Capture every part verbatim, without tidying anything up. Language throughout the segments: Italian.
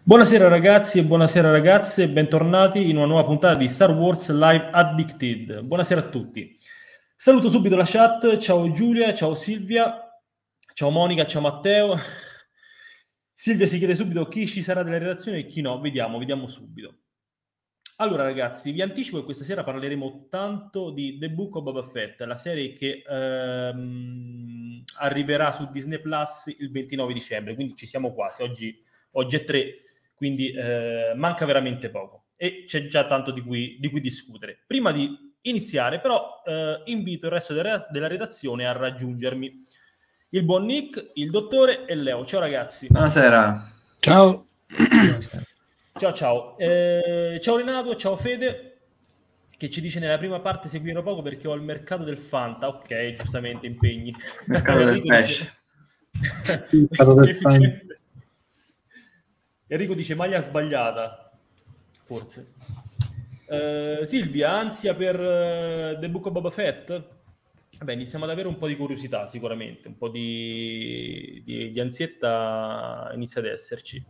Buonasera ragazzi e buonasera ragazze, bentornati in una nuova puntata di Star Wars Live Addicted. Buonasera a tutti. Saluto subito la chat, ciao Giulia, ciao Silvia, ciao Monica, ciao Matteo. Silvia si chiede subito chi ci sarà della redazione e chi no, vediamo, vediamo subito. Allora ragazzi, vi anticipo che questa sera parleremo tanto di The Book of Boba Fett, la serie che ehm, arriverà su Disney Plus il ventinove dicembre, quindi ci siamo quasi, oggi, oggi è tre, quindi eh, manca veramente poco e c'è già tanto di cui, di cui discutere. Prima di iniziare però eh, invito il resto della, della redazione a raggiungermi. Il buon Nick, il dottore e Leo. Ciao ragazzi. Buonasera. Ciao. Buonasera. Ciao ciao, eh, ciao Renato, ciao Fede, che ci dice nella prima parte seguirò poco perché ho il mercato del Fanta, ok, giustamente impegni. Mercato del pesce. Mercato del Fanta. Enrico dice maglia sbagliata, forse. Eh, Silvia, ansia per uh, The Book of Boba Fett? Vabbè, iniziamo ad avere un po' di curiosità sicuramente, un po' di, di, di ansietta inizia ad esserci.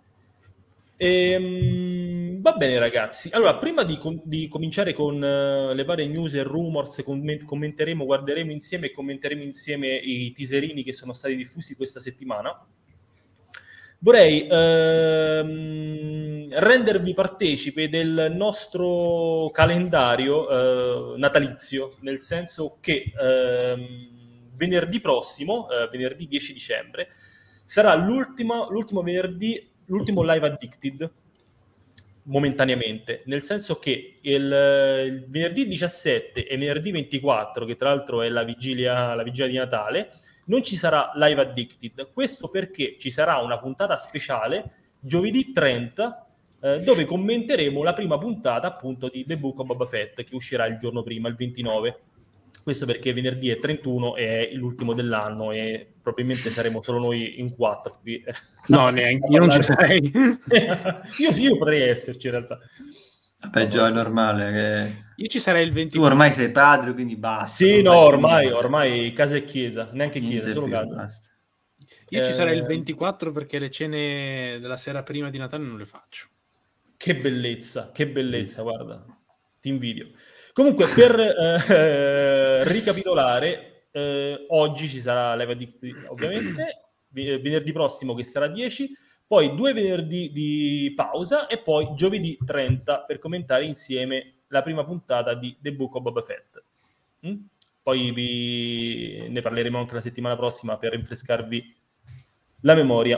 Ehm, va bene ragazzi, allora prima di, com- di cominciare con uh, le varie news e rumors, comment- commenteremo, guarderemo insieme e commenteremo insieme i teaserini che sono stati diffusi questa settimana. Vorrei ehm, rendervi partecipe del nostro calendario eh, natalizio, nel senso che ehm, venerdì prossimo, eh, venerdì dieci dicembre, sarà l'ultimo, l'ultimo venerdì, l'ultimo Live Addicted, momentaneamente, nel senso che il, il venerdì diciassette e venerdì ventiquattro, che tra l'altro è la vigilia, la vigilia di Natale, non ci sarà Live Addicted. Questo perché ci sarà una puntata speciale giovedì trenta eh, dove commenteremo la prima puntata appunto di The Book of Boba Fett, che uscirà il giorno prima, il ventinove. Questo perché venerdì è trentuno e è l'ultimo dell'anno e probabilmente saremo solo noi in quattro qui. No, neanche io non ci sarei. io sì, io potrei esserci in realtà. Vabbè, Gio, è normale che... Io ci sarei il ventiquattro. Tu ormai sei padre, quindi basta. Sì, no, ormai, ormai casa e chiesa, neanche chiesa, solo più, casa. Basta. Io eh... ci sarei il ventiquattro perché le cene della sera prima di Natale non le faccio. Che bellezza, che bellezza, sì. Guarda, ti invidio. Comunque, per eh, ricapitolare, eh, oggi ci sarà Live Addicted, ovviamente, venerdì prossimo che sarà dieci, poi due venerdì di pausa e poi giovedì trenta per commentare insieme la prima puntata di The Book of Boba Fett. Mm? Poi vi... ne parleremo anche la settimana prossima per rinfrescarvi la memoria.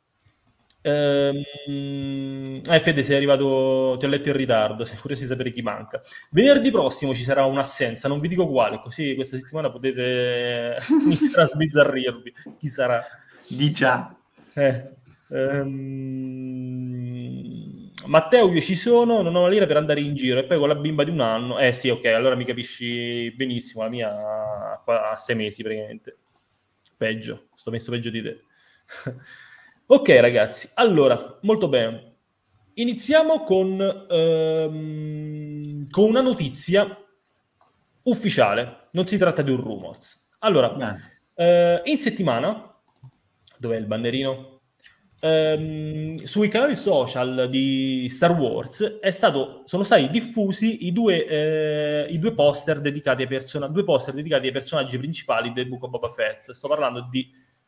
Ehm... Eh, Fede, sei arrivato, ti ho letto in ritardo, sei curioso di sapere chi manca. Venerdì prossimo ci sarà un'assenza, non vi dico quale, così questa settimana potete iniziare a sbizzarrirvi. Chi sarà? Di già. Eh, ehm... Matteo, io ci sono, non ho una lira per andare in giro e poi con la bimba di un anno, eh sì, ok, allora mi capisci benissimo, la mia ha sei mesi praticamente. Peggio, sto messo peggio di te. Ok ragazzi, allora, molto bene. Iniziamo con, ehm, con una notizia ufficiale, non si tratta di un rumors. Allora, eh, in settimana, dov'è il bannerino? Ehm, sui canali social di Star Wars è stato, sono stati diffusi i due, eh, i due poster dedicati ai person- due poster dedicati ai personaggi principali del Book of Boba Fett. Sto parlando di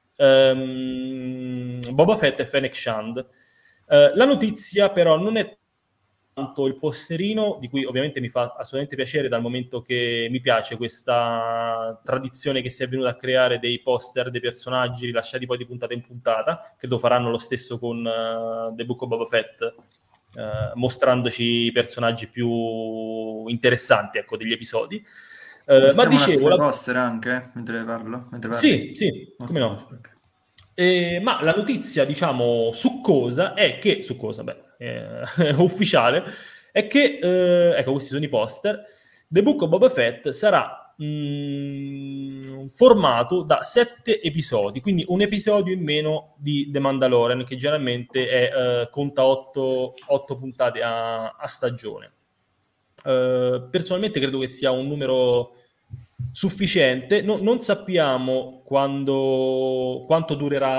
ehm, Boba Fett e Fennec Shand. Eh, la notizia però non è tanto il posterino, di cui ovviamente mi fa assolutamente piacere dal momento che mi piace questa tradizione che si è venuta a creare dei poster dei personaggi rilasciati poi di puntata in puntata. Credo faranno lo stesso con uh, The Book of Boba Fett, uh, mostrandoci i personaggi più interessanti, ecco, degli episodi. Uh, ma dicevo la poster anche mentre parlo, mentre sì, sì, come no. Poster. Eh, ma la notizia, diciamo, succosa è che, succosa, beh, eh, ufficiale, è che, eh, ecco, questi sono i poster, The Book of Boba Fett sarà mh, formato da sette episodi, quindi un episodio in meno di The Mandalorian, che generalmente è, eh, conta otto, otto puntate a, a stagione. Eh, personalmente credo che sia un numero sufficiente. No, non sappiamo quando, quanto durerà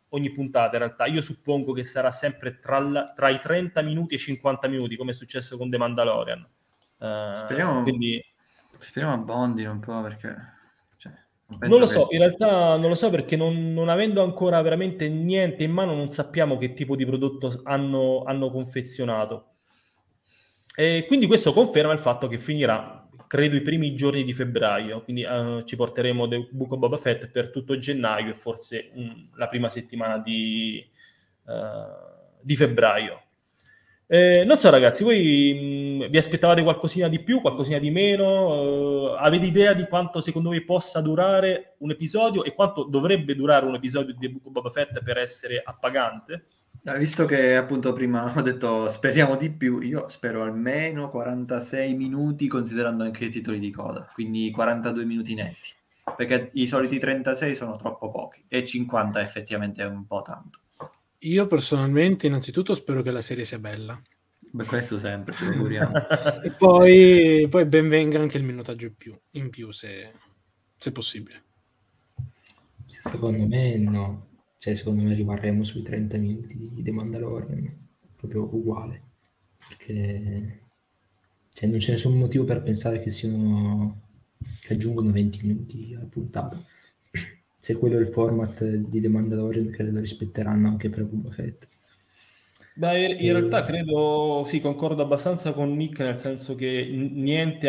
ogni puntata in realtà. Io suppongo che sarà sempre tra, la, tra i trenta minuti e i cinquanta minuti, come è successo con The Mandalorian. Uh, speriamo, quindi... speriamo abbondino un po', perché... Cioè, non, non lo che... so, in realtà non lo so, perché non, non avendo ancora veramente niente in mano non sappiamo che tipo di prodotto hanno, hanno confezionato. E quindi questo conferma il fatto che finirà, credo, i primi giorni di febbraio, quindi uh, ci porteremo The Book of Boba Fett per tutto gennaio e forse um, la prima settimana di, uh, di febbraio. Eh, non so ragazzi, voi mh, vi aspettavate qualcosina di più, qualcosina di meno? Uh, avete idea di quanto secondo voi possa durare un episodio e quanto dovrebbe durare un episodio di The Book of Boba Fett per essere appagante? Visto che appunto prima ho detto speriamo di più, io spero almeno quarantasei minuti, considerando anche i titoli di coda, quindi quarantadue minuti netti, perché i soliti trentasei sono troppo pochi e cinquanta effettivamente è un po' tanto. Io personalmente innanzitutto spero che la serie sia bella. Beh, questo sempre, ci auguriamo. E poi, poi ben venga anche il minutaggio in più, in più se, se possibile. Secondo me no. Cioè, secondo me rimarremo sui trenta minuti di The Mandalorian, proprio uguale, perché cioè, non c'è nessun motivo per pensare che siano che aggiungono venti minuti a puntata. Se quello è il format di The Mandalorian, credo rispetteranno anche per Boba Fett. Beh, in E... realtà credo, sì, concordo abbastanza con Nick, nel senso che niente ha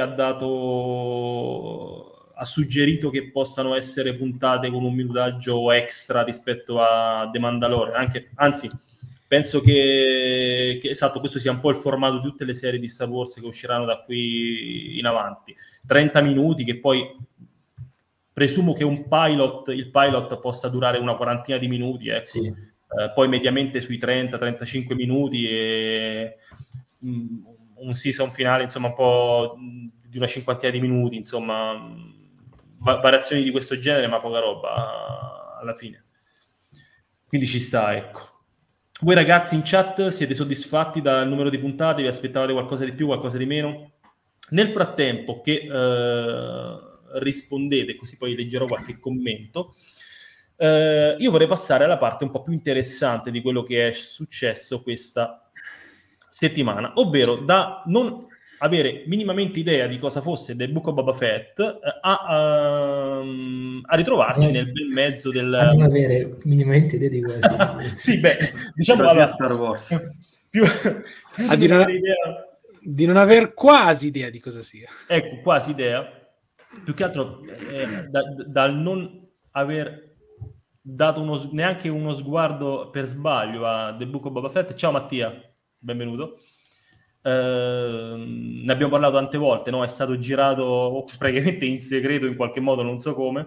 dato, ha suggerito che possano essere puntate con un minutaggio extra rispetto a The Mandalorian, anche, anzi, penso che, che esatto, questo sia un po' il formato di tutte le serie di Star Wars che usciranno da qui in avanti. trenta minuti che poi presumo che un pilot, il pilot possa durare una quarantina di minuti, ecco. Sì. Uh, poi mediamente sui trenta trentacinque minuti e um, un season finale insomma un po' di una cinquantina di minuti, insomma va- variazioni di questo genere, ma poca roba uh, alla fine, quindi ci sta, ecco. Voi ragazzi in chat siete soddisfatti dal numero di puntate? Vi aspettavate qualcosa di più, qualcosa di meno? Nel frattempo che uh, rispondete, così poi leggerò qualche commento. Uh, io vorrei passare alla parte un po' più interessante di quello che è successo questa settimana, ovvero da non avere minimamente idea di cosa fosse The Book of Boba Fett uh, a, a, a ritrovarci eh, nel bel mezzo del... A non avere minimamente idea di cosa. Sì, beh, diciamo... Allora, Star Wars. Più, più a di, non non avere idea... di non aver quasi idea di cosa sia. Ecco, quasi idea. Più che altro eh, da, dal non aver... dato uno, neanche uno sguardo per sbaglio a The Book of Boba Fett. Ciao Mattia, benvenuto. Uh, ne abbiamo parlato tante volte, no? È stato girato praticamente in segreto in qualche modo, non so come.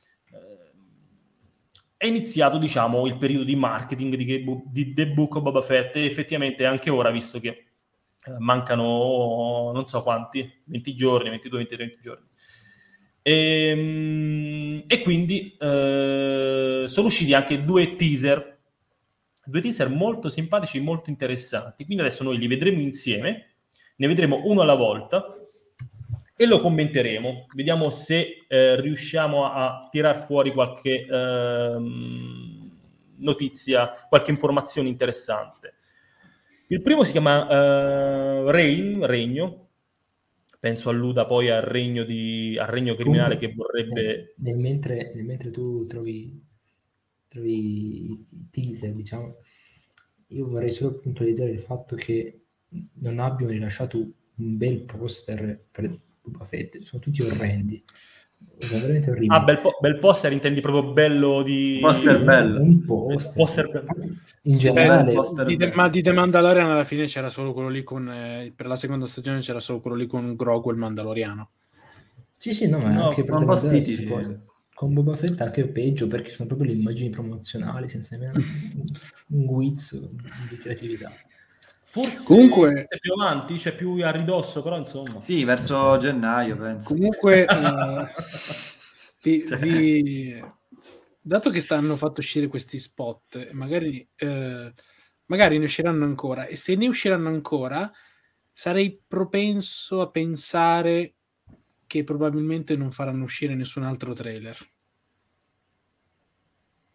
Uh, è iniziato, diciamo, il periodo di marketing di, di The Book of Boba Fett e effettivamente anche ora, visto che uh, mancano non so quanti, venti giorni, ventidue ventitré venti giorni. E, e quindi eh, sono usciti anche due teaser, due teaser molto simpatici, molto interessanti. Quindi adesso noi li vedremo insieme, ne vedremo uno alla volta e lo commenteremo. Vediamo se eh, riusciamo a, a tirar fuori qualche eh, notizia, qualche informazione interessante. Il primo si chiama eh, Reign, Regno. Penso alluda poi al regno, di, al regno criminale Comunque, che vorrebbe... Nel mentre, nel mentre tu trovi, trovi i teaser, diciamo, io vorrei solo puntualizzare il fatto che non abbiano rilasciato un bel poster per Boba Fett, sono tutti orrendi. Sono veramente orribili. Ah, bel, po- bel poster, intendi proprio bello di... Poster sì, bello. Un poster. poster in sì, generale... poster di de- ma di The Mandalorian alla fine c'era solo quello lì con... Eh, per la seconda stagione c'era solo quello lì con Grogu il Mandaloriano. Sì, sì, no, ma no, anche per un The po' Mandalorian stitici. cosa. Con Boba Fett anche peggio, perché sono proprio le immagini promozionali senza nemmeno un, un guizzo di creatività. Forse comunque è più avanti, cioè più a ridosso, però insomma. Sì, verso gennaio, penso. Comunque, uh, vi, cioè. vi, dato che stanno fatto uscire questi spot, magari, eh, magari ne usciranno ancora, e se ne usciranno ancora, sarei propenso a pensare che probabilmente non faranno uscire nessun altro trailer.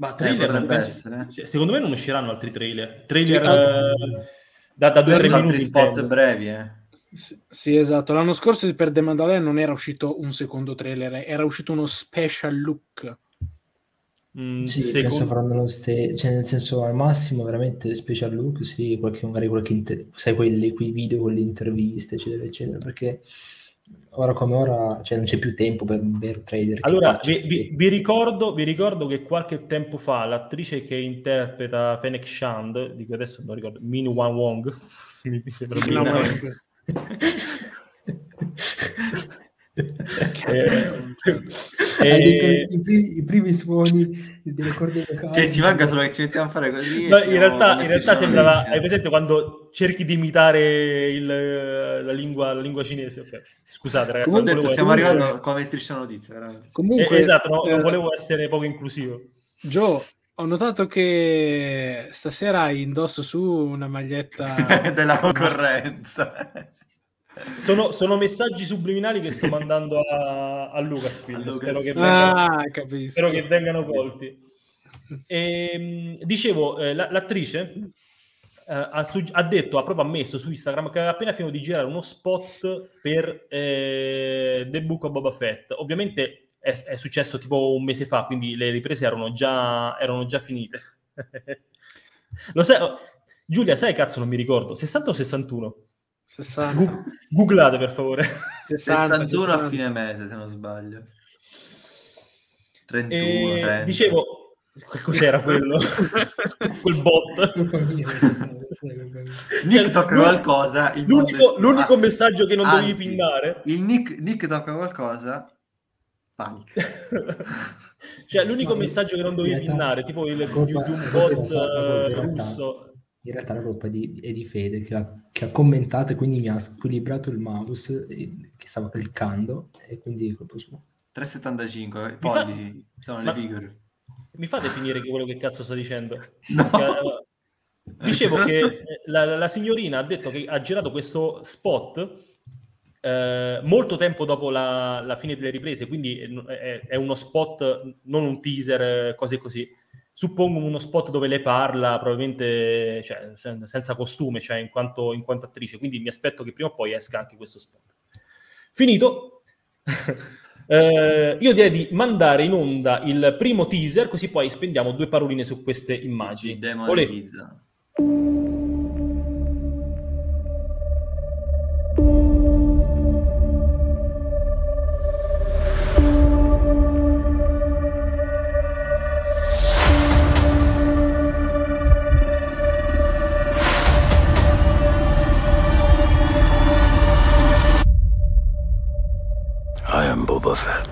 Ma trailer, potrebbe penso- essere. se- secondo me non usciranno altri trailer. Trailer Sì, eh, da, da due o tre Penso minuti. altri spot intendo. brevi, eh. Sì, sì, esatto. L'anno scorso per The Mandalorian non era uscito un secondo trailer, era uscito uno special look. Mm, Sì, secondo- penso faranno lo stesso, cioè nel senso al massimo veramente special look, sì, qualche, magari qualche, inter- sai, quelli, quei video con le interviste, eccetera, eccetera, perché ora come ora, cioè non c'è più tempo per un vero trailer che Allora, faccia vi, vi- effetto. vi ricordo, vi ricordo che qualche tempo fa l'attrice che interpreta Fennec Shand, di cui adesso non ricordo, Min Wan Wong, mi mi sembra Mina Min- Wang. Eh, Hai detto eh, i, primi, i primi suoni delle corde vocali. Cioè, ci manca solo che ci mettiamo a fare così. no, e in siamo realtà, come in realtà Striscia sembrava, Notizia. hai presente quando cerchi di imitare il, la, lingua, la lingua cinese? Ok. Scusate ragazzi, Ho non detto, volevo stiamo essere- arrivando come Striscia Notizia, veramente. Comunque, Eh, esatto, no, non eh, volevo essere poco inclusivo. Joe, ho notato che stasera hai indosso su una maglietta Della concorrenza. Sono, sono messaggi subliminali che sto mandando a, a Lucasfilm. A Spero, che Lucasfilm. vengano, Ah, capisco. spero che vengano colti. E, dicevo, eh, la- l'attrice eh, ha, sugg- ha detto, ha proprio ammesso su Instagram che aveva appena finito di girare uno spot per eh, The Book of Boba Fett. Ovviamente è, è successo tipo un mese fa, quindi le riprese erano già, erano già finite. Lo sai, oh, Giulia, sai cazzo non mi ricordo, sessanta o sessantuno? sessanta. Gu- googlate per favore. sessanta, sessantuno a sessanta. fine mese, se non sbaglio. trentuno, E trenta. dicevo, che cos'era quello? Quel bot. Colpa mia, questa è- questa è colpa mia. Nick Cioè, tocca l'un- qualcosa. il mondo L'unico, esplode. l'unico Ah, messaggio che non dovevi anzi, pinnare, Il Nick, Nick tocca qualcosa. Panic. cioè l'unico No, messaggio che non in dovevi realtà pinnare, tipo il la di, colpa- di un la colpa bot in realtà- la colpa in eh, realtà- russo. In realtà la colpa di, è di Fede che ha, che ha commentato e quindi mi ha squilibrato il mouse e- che stava cliccando e quindi è colpa sua. tre virgola settantacinque Mi fa- pollici sono ma- le figure. Mi fate finire che quello che cazzo sto dicendo? No. Perché, eh, dicevo che eh, la, la signorina ha detto che ha girato questo spot eh, molto tempo dopo la, la fine delle riprese, quindi è, è uno spot, non un teaser, eh, cose così. Suppongo uno spot dove lei parla, probabilmente cioè, sen- senza costume, cioè in quanto, in quanto attrice, quindi mi aspetto che prima o poi esca anche questo spot. Finito. Eh, io direi di mandare in onda il primo teaser, così poi spendiamo due paroline su queste Ci immagini. Olè. demonetizza. I am Boba Fett.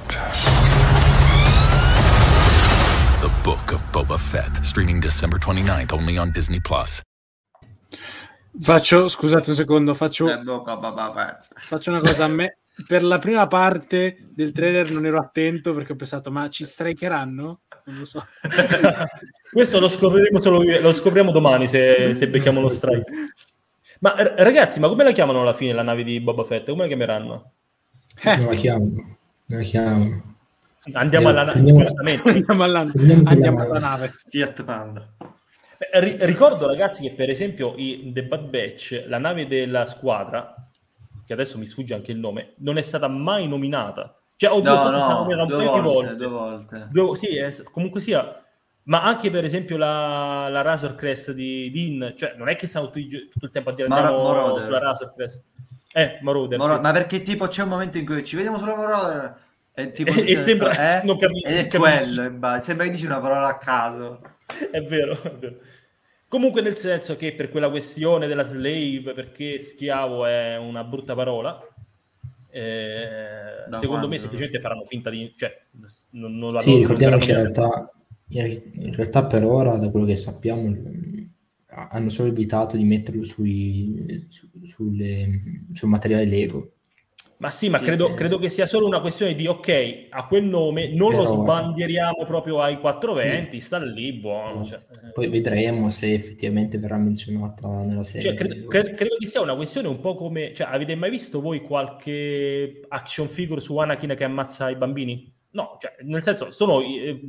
The Book of Boba Fett, streaming December twenty-ninth only on Disney Plus. Faccio, scusate un secondo, faccio, Le bocca, papà, papà. faccio una cosa a me. Per la prima parte del trailer non ero attento perché ho pensato, ma ci strikeranno? Non lo so. Questo lo scopriremo solo lo scopriamo domani se, se becchiamo lo strike. Ma r- ragazzi, ma come la chiamano alla fine la nave di Boba Fett? Come la chiameranno? Eh, Non la chiamano, non la chiamano. Andiamo Eh, alla nave. prendiamo- giustamente. andiamo, alla, Prendiamo quella andiamo nave. alla nave. Fiat Panda. Eh, ri- ricordo ragazzi che per esempio in The Bad Batch, la nave della squadra, che adesso mi sfugge anche il nome, non è stata mai nominata. Cioè, oddio, No, forse è stata no, nominata un due paio di volte, volte. due volte. Due- sì, è- comunque sia, ma anche per esempio la, la Razor Crest di Dean, cioè non è che stanno tutti i gio- tutto il tempo a dire Maro- andiamo Marauder. sulla Razor Crest. Eh, Marauder, Moro- sì. Ma perché tipo c'è un momento in cui ci vediamo sulla Marauder e tipo E- tutti e hanno sembra- detto, non capi- ed è capisci. quello e basta. Sembra che dici una parola a caso. È vero, è vero. Comunque nel senso che per quella questione della slave, perché schiavo è una brutta parola, eh, Da secondo quando? me semplicemente faranno finta di... cioè, non, non la Sì, non ricordiamo verranno che in niente. realtà, in realtà per ora, da quello che sappiamo, mh, hanno solo evitato di metterlo sui, su- sulle- sul materiale Lego. Ma sì, ma Sì, credo, eh. credo che sia solo una questione di ok, a quel nome non lo Per ora. sbandieriamo proprio ai quattrocentoventi, sta lì, buono. Cioè, eh. Poi vedremo se effettivamente verrà menzionata nella serie. Cioè, credo, cre- credo che sia una questione un po' come... Cioè, avete mai visto voi qualche action figure su Anakin che ammazza i bambini? No, cioè, nel senso, sono... eh,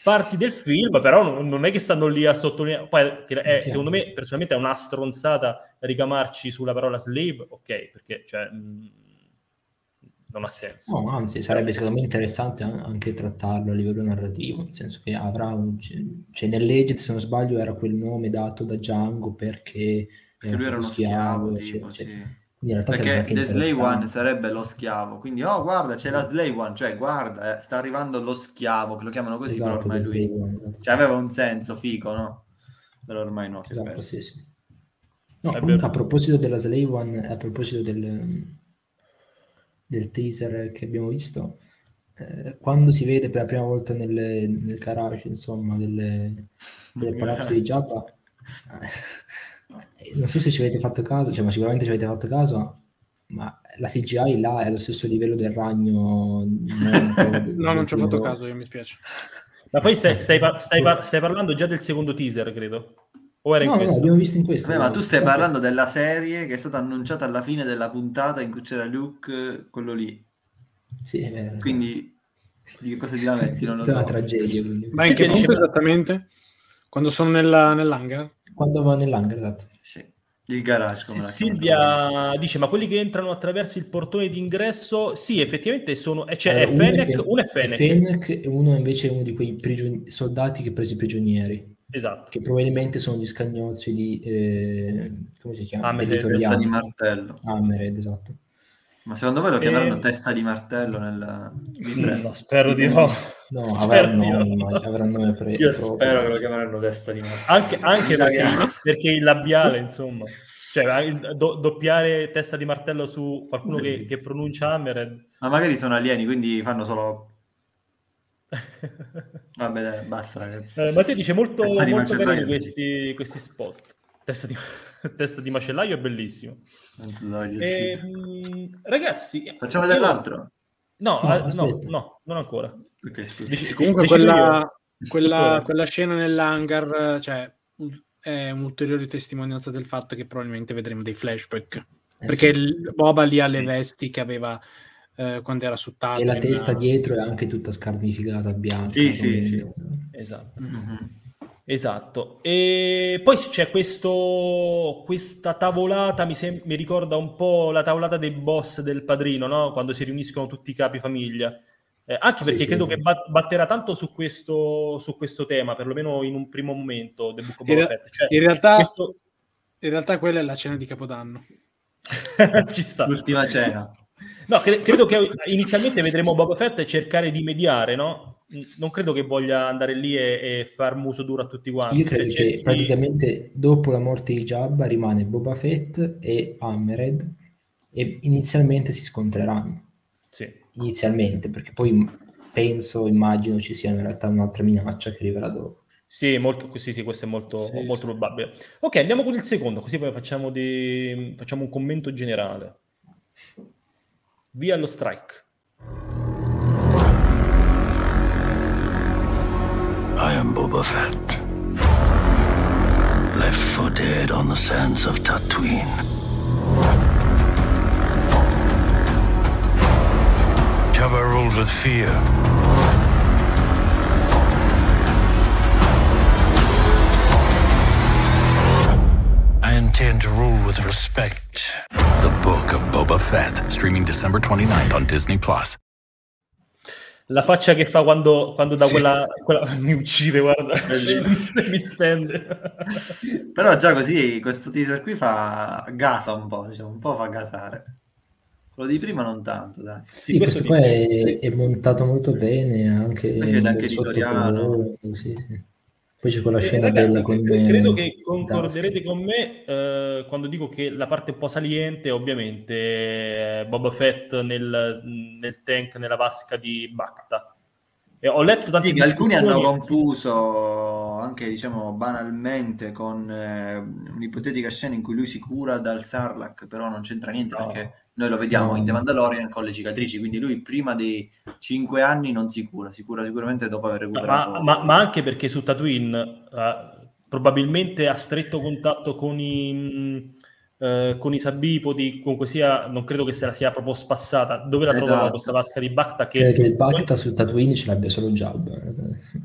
parti del film, però non, non è che stanno lì a sottolineare. Poi, che è, secondo me, personalmente, è una stronzata ricamarci sulla parola slave, ok, perché cioè, mh, non ha senso. No, anzi, sarebbe secondo me interessante anche trattarlo a livello narrativo, nel senso che avrà un... Cioè, nel Legend, se non sbaglio, era quel nome dato da Django perché, perché lui era uno schiavo, tipo, cioè, sì. Quindi in realtà perché The Slave One sarebbe lo schiavo, quindi oh guarda c'è la Slave One, cioè guarda eh, sta arrivando lo schiavo, che lo chiamano così, esatto, però ormai lui One, esatto. Cioè aveva un senso fico, no? Però ormai no, si è esatto, perso. sì, sì. No, comunque a proposito della Slave One, a proposito del, del teaser che abbiamo visto, eh, quando si vede per la prima volta nelle, nel garage, insomma, delle, del palazzo di Jabba, eh, non so se ci avete fatto caso, cioè, ma sicuramente ci avete fatto caso, ma la C G I là è allo stesso livello del ragno. Del, no, non ci ho fatto caso, io mi spiace. Ma poi stai, stai, stai, stai parlando già del secondo teaser, credo. O era in no, questo? No, abbiamo visto in questo. Vabbè, ma tu stai parlando della serie che è stata annunciata alla fine della puntata in cui c'era Luke, quello lì. Sì, è vero. Quindi di che cosa ti lamenti? Non lo so. È una tragedia. Quindi. Ma in che punto esattamente? Quando sono nella, nell'hangar? Quando va nell'hangar, esatto. Sì. Il garage, come S- Silvia dice, ma quelli che entrano attraverso il portone d'ingresso, sì, effettivamente sono, cioè allora, è Fennec, uno è Fennec. Fennec e uno invece è uno di quei prigion- soldati che presi prigionieri. Esatto. Che probabilmente sono gli scagnozzi di, eh, come si chiama? Hammerhead, testa di martello. Hammerhead, esatto. Ma secondo voi lo chiameranno e... testa di martello nel... No, spero di no. No, avranno nome, no. avranno pre- Io proprio. spero che lo chiameranno testa di martello. Anche, anche perché, perché il labiale, insomma, cioè il, do, doppiare testa di martello su qualcuno che, che pronuncia Hammerhead. Ma magari sono alieni, quindi fanno solo... Vabbè, dai, basta ragazzi. Eh, Matteo dice molto, molto carini questi, questi spot. Testa di, testa di macellaio è bellissimo. Non so dove e, mh, ragazzi, facciamo dell'altro? No, no, a, no, no, non ancora. Okay, scusa. Dici, comunque quella, quella, quella scena nell'hangar, cioè, è un'ulteriore testimonianza del fatto che probabilmente vedremo dei flashback. Eh, perché sì. il Boba lì ha le vesti che aveva eh, quando era su Tatooine. E la testa dietro è anche tutta scarnificata, bianca. Sì, sì, sì. Esatto. Mm-hmm. Esatto. E poi c'è questo questa tavolata, mi, sem- mi ricorda un po' la tavolata dei boss del Padrino, no? Quando si riuniscono tutti i capi famiglia. Eh, anche perché sì, credo sì, che bat- batterà tanto su questo, su questo tema, perlomeno in un primo momento, The Book of Boba Fett. Cioè, in, realtà, questo... in realtà quella è la cena di Capodanno. Ci sta. L'ultima cena. No, cre- credo che inizialmente vedremo Boba Fett cercare di mediare, no? Non credo che voglia andare lì e, e far muso duro a tutti quanti. Io credo cioè, che praticamente dopo la morte di Jabba rimane Boba Fett e Hammerhead e inizialmente si scontreranno. Sì. Inizialmente, perché poi penso, immagino ci sia in realtà un'altra minaccia che arriverà dopo. Sì, molto, sì, sì, questo è molto, sì, molto sì. probabile. Ok, andiamo con il secondo, così poi facciamo, di, facciamo un commento generale. Via allo strike. I am Boba Fett, left for dead on the sands of Tatooine. Jabba ruled with fear. I intend to rule with respect. The Book of Boba Fett, streaming December twenty-ninth on Disney Plus. La faccia che fa quando, quando da sì. quella, quella mi uccide, guarda, mi stende. Però già così questo teaser qui fa gasa un po', diciamo, un po' fa gasare. Quello di prima non tanto, dai. Sì, sì questo, questo qua è, è montato molto bene, anche poi si vede anche editoriale. Sì, sì. Poi c'è quella eh, scena ragazzi, bella con credo, credo che concorderete con me eh, quando dico che la parte un po' saliente ovviamente è Boba Fett nel, nel tank, nella vasca di Bacta. E ho letto tante sì, che alcuni hanno confuso anche, diciamo, banalmente con eh, un'ipotetica scena in cui lui si cura dal Sarlacc, però non c'entra niente no. perché noi lo vediamo no. in The Mandalorian con le cicatrici, quindi lui prima dei cinque anni non si cura, si cura sicuramente dopo aver recuperato. Ma, ma, ma anche perché su Tatooine uh, probabilmente ha stretto contatto con i, uh, con i sabipodi, comunque sia, non credo che se la sia proprio spassata. Dove la esatto. trovano questa vasca di Bacta? Che, che il Bacta su Tatooine ce l'abbia solo Jabba.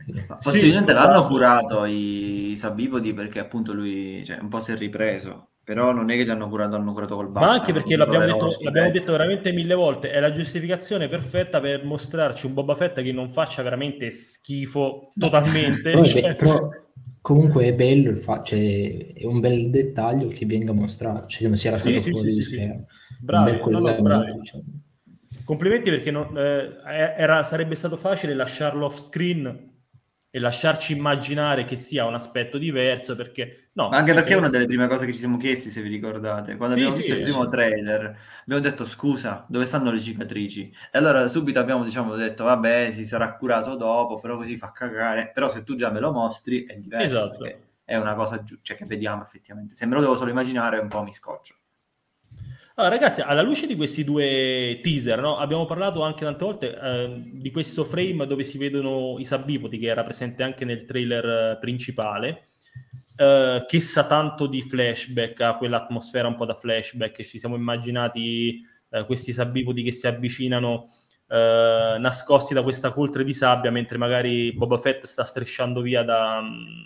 Possibilmente Sì, l'hanno curato i, i Sabibodi perché appunto lui cioè, un po' si è ripreso, però non è che li hanno curato, hanno curato col ma Bafta, anche hanno perché curato l'abbiamo le loro detto, l'abbiamo detto schifezze. veramente mille volte, è la giustificazione perfetta per mostrarci un Boba Fett che non faccia veramente schifo totalmente. Però, è cioè... be- però comunque è bello il fa- cioè, è un bel dettaglio che venga mostrato, cioè che non sia lasciato Sì, sì, fuori sì, di sì, sì. schermo. Un bel Bravi, no, no, collegamento, bravi. diciamo. Complimenti perché non- eh, era- sarebbe stato facile lasciarlo off screen e lasciarci immaginare che sia un aspetto diverso, perché no, Ma anche perché è una semplicemente... delle prime cose che ci siamo chiesti, se vi ricordate. Quando Sì, abbiamo visto il sì, primo sì. trailer, abbiamo detto scusa, dove stanno le cicatrici? E allora subito abbiamo diciamo, detto vabbè, si sarà curato dopo, però così fa cagare. Però se tu già me lo mostri è diverso, Esatto. perché è una cosa giu- cioè, che vediamo effettivamente. Se me lo devo solo immaginare un po' mi scoccio. Allora, ragazzi, alla luce di questi due teaser, no, abbiamo parlato anche tante volte eh, di questo frame dove si vedono i Sabipoti, che era presente anche nel trailer eh, principale, eh, che sa tanto di flashback, ha quell'atmosfera un po' da flashback, ci siamo immaginati eh, questi Sabipoti che si avvicinano eh, nascosti da questa coltre di sabbia, mentre magari Boba Fett sta strisciando via da,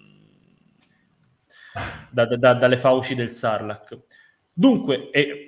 da, da, da, dalle fauci del Sarlacc. Dunque, e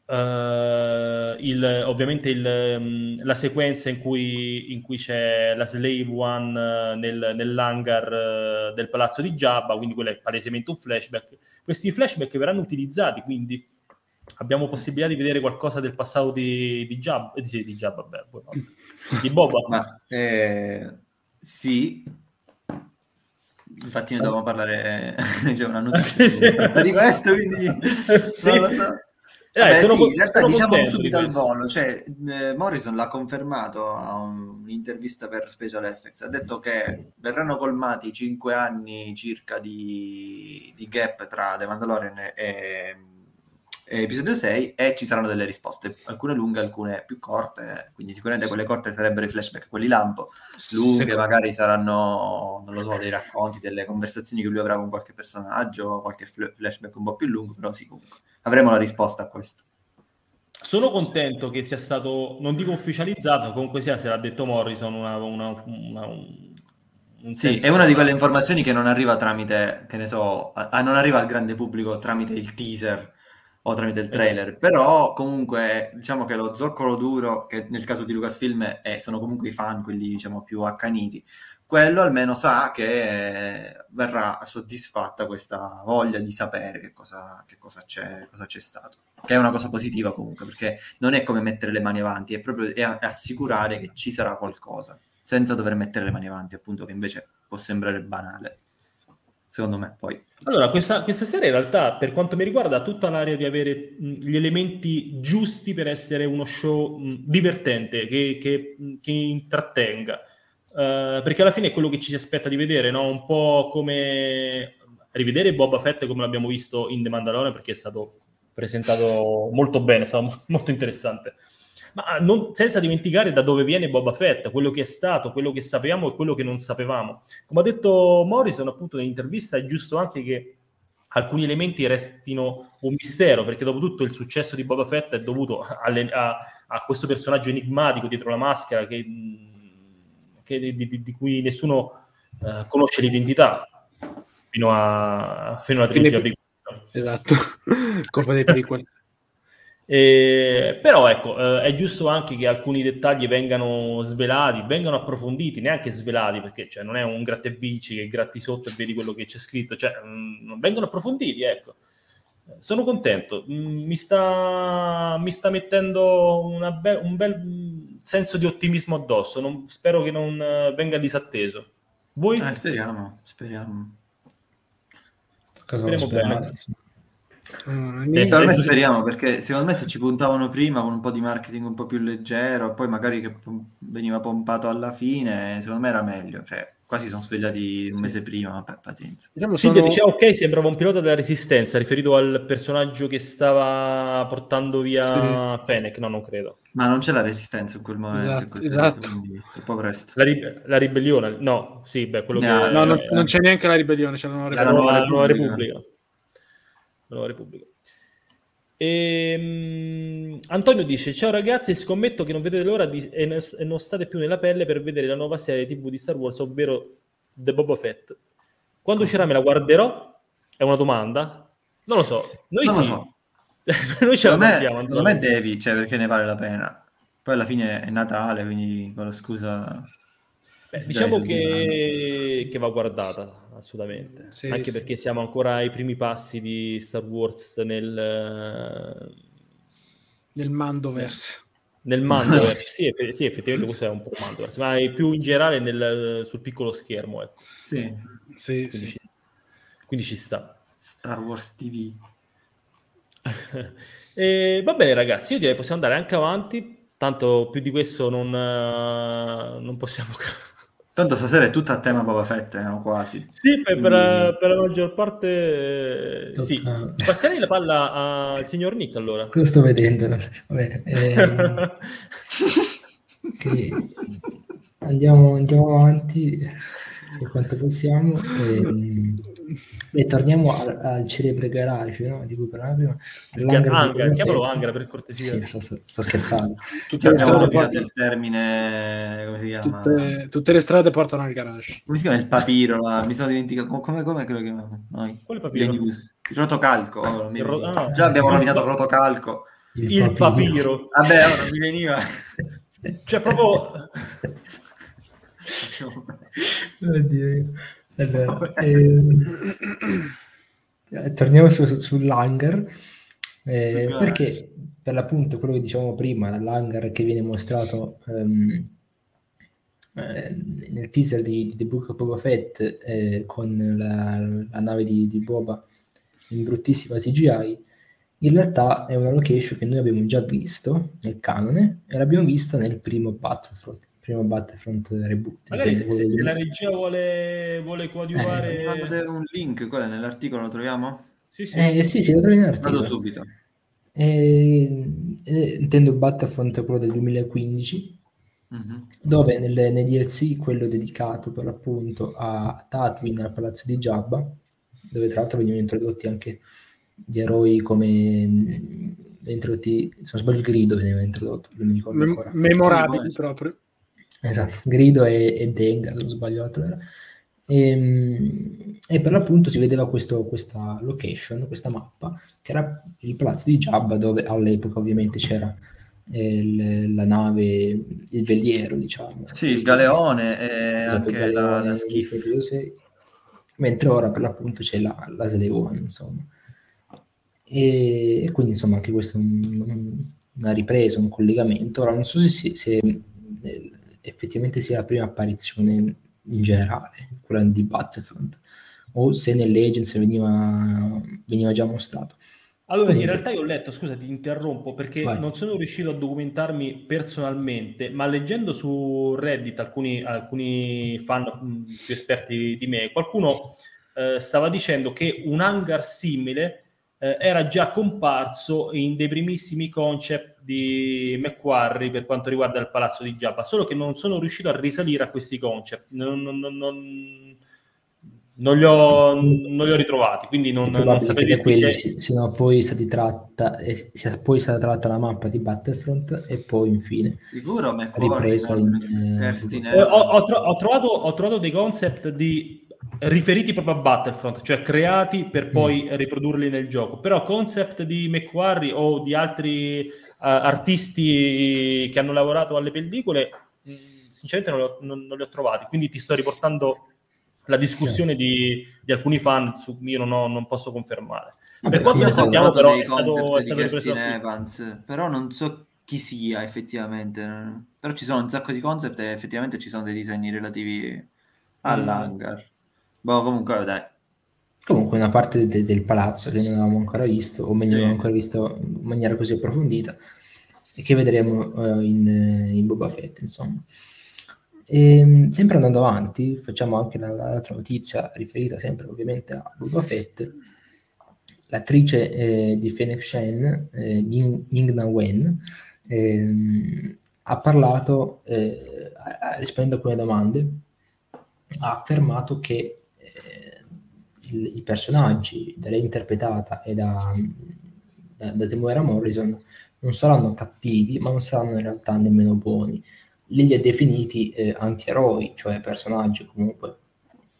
Uh, il, ovviamente il, um, la sequenza in cui, in cui c'è la Slave One uh, nel, nell'hangar uh, del palazzo di Jabba, quindi quello è palesemente un flashback. Questi flashback verranno utilizzati, quindi abbiamo possibilità di vedere qualcosa del passato di, di Jabba, eh, sì, di Jabba, beh, di Boba. Ma eh, sì, infatti ne dovevamo parlare, c'è una notizia che si tratta di questo, quindi sì. non lo so. Dai, Vabbè, sono, sì, in realtà diciamo subito al questo. volo, cioè eh, Morrison l'ha confermato a un'intervista per Special Effects, ha detto che verranno colmati cinque anni circa di, di gap tra The Mandalorian e, e episodio sei e ci saranno delle risposte, alcune lunghe, alcune più corte, quindi sicuramente quelle corte sarebbero i flashback, quelli lampo, lunghe Secondo- magari saranno, non lo so, dei racconti, delle conversazioni che lui avrà con qualche personaggio, qualche fl- flashback un po' più lungo, però sì, comunque avremo la risposta a questo. Sono contento che sia stato, non dico ufficializzato, comunque sia, se l'ha detto Morrison, una, una, una, un, un Sì, senso è una di quelle sarà... informazioni che non arriva tramite, che ne so, a, a- non arriva al grande pubblico tramite il teaser o tramite il trailer, Esatto. però comunque diciamo che lo zoccolo duro, che nel caso di Lucasfilm è, sono comunque i fan, quelli diciamo più accaniti, quello almeno sa che eh, verrà soddisfatta questa voglia di sapere che cosa, che cosa c'è, cosa c'è stato, che è una cosa positiva comunque, perché non è come mettere le mani avanti, è proprio è, è assicurare che ci sarà qualcosa, senza dover mettere le mani avanti, appunto, che invece può sembrare banale, secondo me, poi. Allora, questa, questa serie in realtà, per quanto mi riguarda, ha tutta l'area di avere mh, gli elementi giusti per essere uno show mh, divertente, che, che, mh, che intrattenga. Uh, perché alla fine è quello che ci si aspetta di vedere, no? Un po' come rivedere Boba Fett come l'abbiamo visto in The Mandalorian, perché è stato presentato molto bene, è stato molto interessante. Ma non, senza dimenticare da dove viene Boba Fett, quello che è stato, quello che sapevamo e quello che non sapevamo. Come ha detto Morrison appunto nell'intervista, è giusto anche che alcuni elementi restino un mistero, perché dopo tutto il successo di Boba Fett è dovuto alle, a, a questo personaggio enigmatico dietro la maschera che, che di, di, di cui nessuno uh, conosce l'identità fino, a, fino alla trilogia prequel. Esatto, colpa dei prequel. Eh, però ecco, eh, è giusto anche che alcuni dettagli vengano svelati, vengano approfonditi, neanche svelati, perché cioè, non è un gratta e vinci che gratti sotto e vedi quello che c'è scritto, cioè, mh, vengono approfonditi, ecco. Sono contento, mh, mi, sta, mi sta mettendo una be- un bel senso di ottimismo addosso, non, spero che non uh, venga disatteso. Voi? Eh, speriamo, speriamo. Cosa Speriamo bene. Mm, Eh, Per me eh, speriamo, perché secondo me se ci puntavano prima con un po' di marketing un po' più leggero, poi magari che pom- veniva pompato alla fine, secondo me era meglio. Cioè, quasi sono svegliati un Sì. mese prima, vabbè, pazienza. Diciamo Silvia sono... diceva ok, sembrava un pilota della Resistenza, riferito al personaggio che stava portando via Sì. Fennec, no, non credo. Ma non c'è la resistenza in quel momento, in Esatto, quel periodo, esatto. quindi troppo presto. La, ri- la ribellione, no, sì, beh, quello Ne che... ha- No, non, eh, non c'è neanche la ribellione, c'è la nuova la la repubblica. nuova, nuova nuova Repubblica. Repubblica. La nuova Repubblica. E, Antonio dice: ciao ragazzi, scommetto che non vedete l'ora di, e, e non state più nella pelle per vedere la nuova serie tivù di Star Wars, ovvero The Boba Fett. Quando uscirà me la guarderò? È una domanda? Non lo so. Noi Non sì. lo so. Noi ce la Secondo me, mettiamo. secondo me devi, cioè, perché ne vale la pena. Poi alla fine è Natale, quindi con la scusa... Beh, si diciamo dai sul divano. che... che va guardata, assolutamente. Sì, Anche sì. perché siamo ancora ai primi passi di Star Wars nel... Nel Mandoverse. Nel Mandoverse. sì, eff- sì, effettivamente questo è un po' Mandoverse, ma è più in generale nel- sul piccolo schermo, ecco. Sì, Sì, Quindi, sì. ci, quindi ci sta. Star Wars T V. E, va bene ragazzi, io direi possiamo andare anche avanti, tanto più di questo non, eh, non possiamo... Tanto stasera è tutta a tema Boba Fett, eh, o quasi. Sì, per, per, Quindi- per la maggior parte eh, sì. Tocca- Passerei la palla al signor Nick allora. Lo sto vedendo. Vabbè, ehm, che andiamo, andiamo avanti per quanto possiamo e, e torniamo al, al Cerebre Garage, no? Di cui parlavo prima. all'hangar di Hangar, Boba chiamalo Fett. hangar per cortesia. Sì, sto, sto- sto scherzando. Tutti Tutte le abbiamo strade rovinato portano- il termine, come si chiama? Tutte, tutte le strade portano al garage. Come si chiama il papiro? là? Mi sono dimenticato. Com- Come, come che lo chiamiamo? Noi? Quale papiro? Le news. Il rotocalco. oh, non mi Il ro- veniva. ah, Già abbiamo il rovinato il pa- rotocalco. Il papiro. Vabbè, ora mi veniva. Cioè proprio... Oddio. Allora, ehm, eh, torniamo su- su- sull'hangar eh, Sul perché per l'appunto quello che dicevamo prima, l'hangar che viene mostrato ehm, eh, nel teaser di, di The Book of Boba Fett eh, con la, la nave di, di Boba in bruttissima C G I, in realtà è una location che noi abbiamo già visto nel canone e l'abbiamo vista nel primo Battlefront, primo Battlefront reboot. Magari se, intendo, se- quello se del- la regia vuole, vuole Eh, Se coadiuvare... mi mandate un link, quello nell'articolo lo troviamo? Sì, sì. Eh sì, sì, lo trovi nell'articolo. Vado subito. Eh, eh, intendo Battlefront quello del duemilaquindici, Mhm. dove nel, nei D L C, quello dedicato per l'appunto a Tatooine, al palazzo di Jabba, dove tra l'altro venivano introdotti anche gli eroi come mh, introdotti, se non sbaglio Grido veniva introdotto, non mi ricordo Mem- ancora. memorabili Sì, proprio. Esatto, Grido e, e Dengar, se non sbaglio l'altro era. E, e per l'appunto si vedeva questo, questa location, questa mappa, che era il palazzo di Jabba, dove all'epoca ovviamente c'era eh, il- la nave, il veliero, diciamo. Sì, il galeone e Esatto, il anche la, galeone la di skiff. episodio sei. Mentre ora per l'appunto c'è la, la Slave One, insomma. E, e quindi insomma anche questo è un- un- una ripresa, un collegamento. Ora non so se, si- se, eh, effettivamente sia la prima apparizione in generale, quella di Battlefront, o se nell'Agents veniva, veniva già mostrato. Allora, in Comunque- realtà io ho letto, scusa, ti interrompo, perché Vai. non sono riuscito a documentarmi personalmente, ma leggendo su Reddit alcuni, alcuni fan mh, più esperti di me, qualcuno eh, stava dicendo che un hangar simile eh, era già comparso in dei primissimi concept di McQuarrie per quanto riguarda il palazzo di Jabba, solo che non sono riuscito a risalire a questi concept, non, non- non- non- non li, ho, non li ho ritrovati, quindi non, È non probabile saprei che da dirti quelli se... si- siano poi stati tratta, eh, sia poi stata tratta la mappa di Battlefront e poi infine Sicuro McQuarrie, ripresa in, non- eh, Kirstin Eh, ho, Evans. ho tro- ho trovato, ho trovato dei concept di riferiti proprio a Battlefront, cioè creati per poi riprodurli nel gioco, però concept di McQuarrie o di altri eh, artisti che hanno lavorato alle pellicole mh, sinceramente non li, ho, non- non li ho trovati, quindi ti sto riportando la discussione di, di alcuni fan su cui io non, ho- non posso confermare. Vabbè, Per quanto Io ne ho comunque- sappiamo, trovato però, dei è stato, concept è di stato ripreso Kirstin da qui. Evans, però non so chi sia effettivamente. Però ci sono un sacco di concept e effettivamente ci sono dei disegni relativi all'hangar. Boh, comunque dai. Comunque una parte de- del palazzo che non avevamo ancora visto, o meglio Sì. non avevamo ancora visto in maniera così approfondita, e che vedremo eh, in, eh, in Boba Fett, insomma. E, sempre andando avanti, facciamo anche la- l'altra notizia riferita sempre ovviamente a Boba Fett. L'attrice eh, di Fennec Shen, eh, Ming, Ming-Na Wen, ehm, ha parlato, eh, a- a- rispondendo a alcune domande, ha affermato che eh, il- i personaggi da lei interpretata e da, da, da Temuera Morrison non saranno cattivi, ma non saranno in realtà nemmeno buoni. Li ha definiti eh, antieroi, cioè personaggi comunque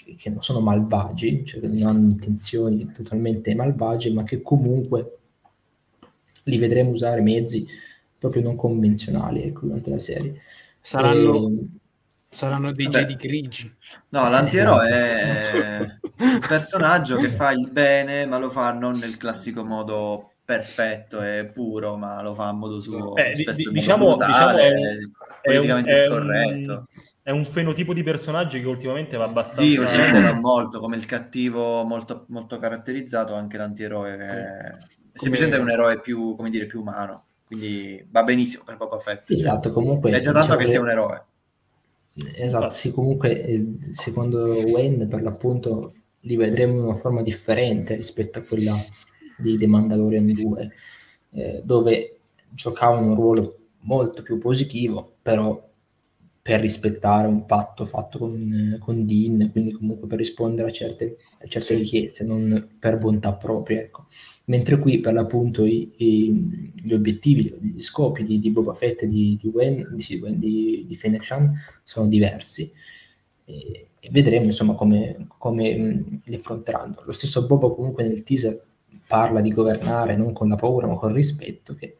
che non sono malvagi, cioè che non hanno intenzioni totalmente malvagie, ma che comunque li vedremo usare mezzi proprio non convenzionali, ecco, durante la serie. Saranno, E... saranno dei Vabbè. Jedi grigi. No, l'antieroe Esatto. è un personaggio che fa il bene, ma lo fa non nel classico modo perfetto e puro, ma lo fa a modo suo, Beh, di- spesso di- in diciamo, modo brutale, diciamo è, un, è, un, politicamente è, scorretto. un, è un fenotipo di personaggio che ultimamente va abbastanza... Sì, ultimamente va molto, come il cattivo molto, molto caratterizzato, anche l'antieroe che è semplicemente un eroe più, come dire, più umano, quindi va benissimo per Boba Fett. Sì, cioè, esatto, comunque... è già tanto diciamo che che- sia un eroe. Esatto, sì, comunque eh, secondo Wayne per l'appunto li vedremo in una forma differente rispetto a quella di The Mandalorian due, eh, dove giocavano un ruolo molto più positivo, però per rispettare un patto fatto con, con Dean, quindi comunque per rispondere a certe, a certe richieste, non per bontà propria, ecco. Mentre qui per l'appunto i, i, gli obiettivi, gli scopi di, di Boba Fett e di, di, Wen, di, di, di Fennec Shand sono diversi e, e vedremo insomma come, come mh, li affronteranno. Lo stesso Boba comunque nel teaser parla di governare non con la paura ma con il rispetto, che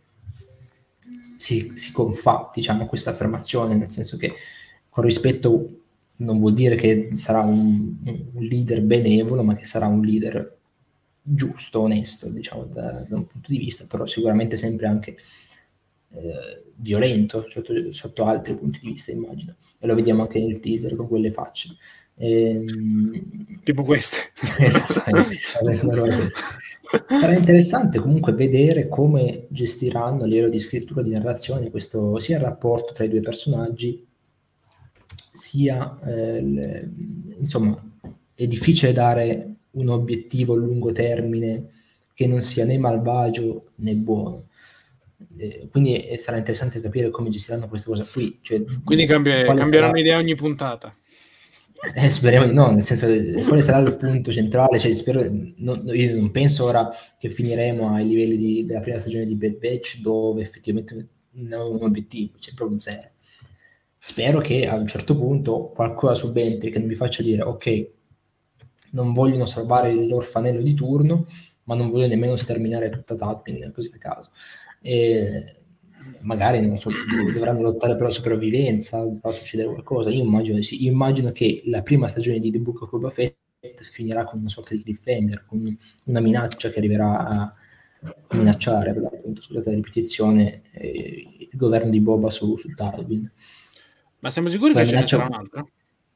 si, si confà diciamo questa affermazione, nel senso che con rispetto non vuol dire che sarà un, un leader benevolo, ma che sarà un leader giusto, onesto, diciamo, da, da un punto di vista, però sicuramente sempre anche eh, violento sotto, sotto altri punti di vista, immagino. E lo vediamo anche nel teaser con quelle facce. Ehm... Tipo queste. Esattamente. Sarà interessante comunque vedere come gestiranno a livello di scrittura, di narrazione, questo sia il rapporto tra i due personaggi, sia eh, le, insomma è difficile dare un obiettivo a lungo termine che non sia né malvagio né buono, eh, quindi eh, sarà interessante capire come gestiranno questa cosa qui, cioè, quindi cambie, cambieranno sarà... idea ogni puntata. Eh, speriamo di no, nel senso quale sarà il punto centrale, cioè, spero, no, io non penso ora che finiremo ai livelli di, della prima stagione di Bad Batch dove effettivamente non è un obiettivo, c'è cioè proprio zero. Spero che a un certo punto qualcosa subentri che non mi faccia dire ok, non vogliono salvare l'orfanello di turno, ma non vogliono nemmeno sterminare tutta Tatooine così a caso. E magari non so, dovranno lottare per la sopravvivenza, dovrà succedere qualcosa. Io immagino, sì, io immagino che la prima stagione di The Book of Boba Fett finirà con una sorta di cliffhanger, con una minaccia che arriverà a minacciare, per appunto, scusate la ripetizione, eh, il governo di Boba su, su Tatooine. Ma siamo sicuri la che minaccia... ce ne sarà un'altra?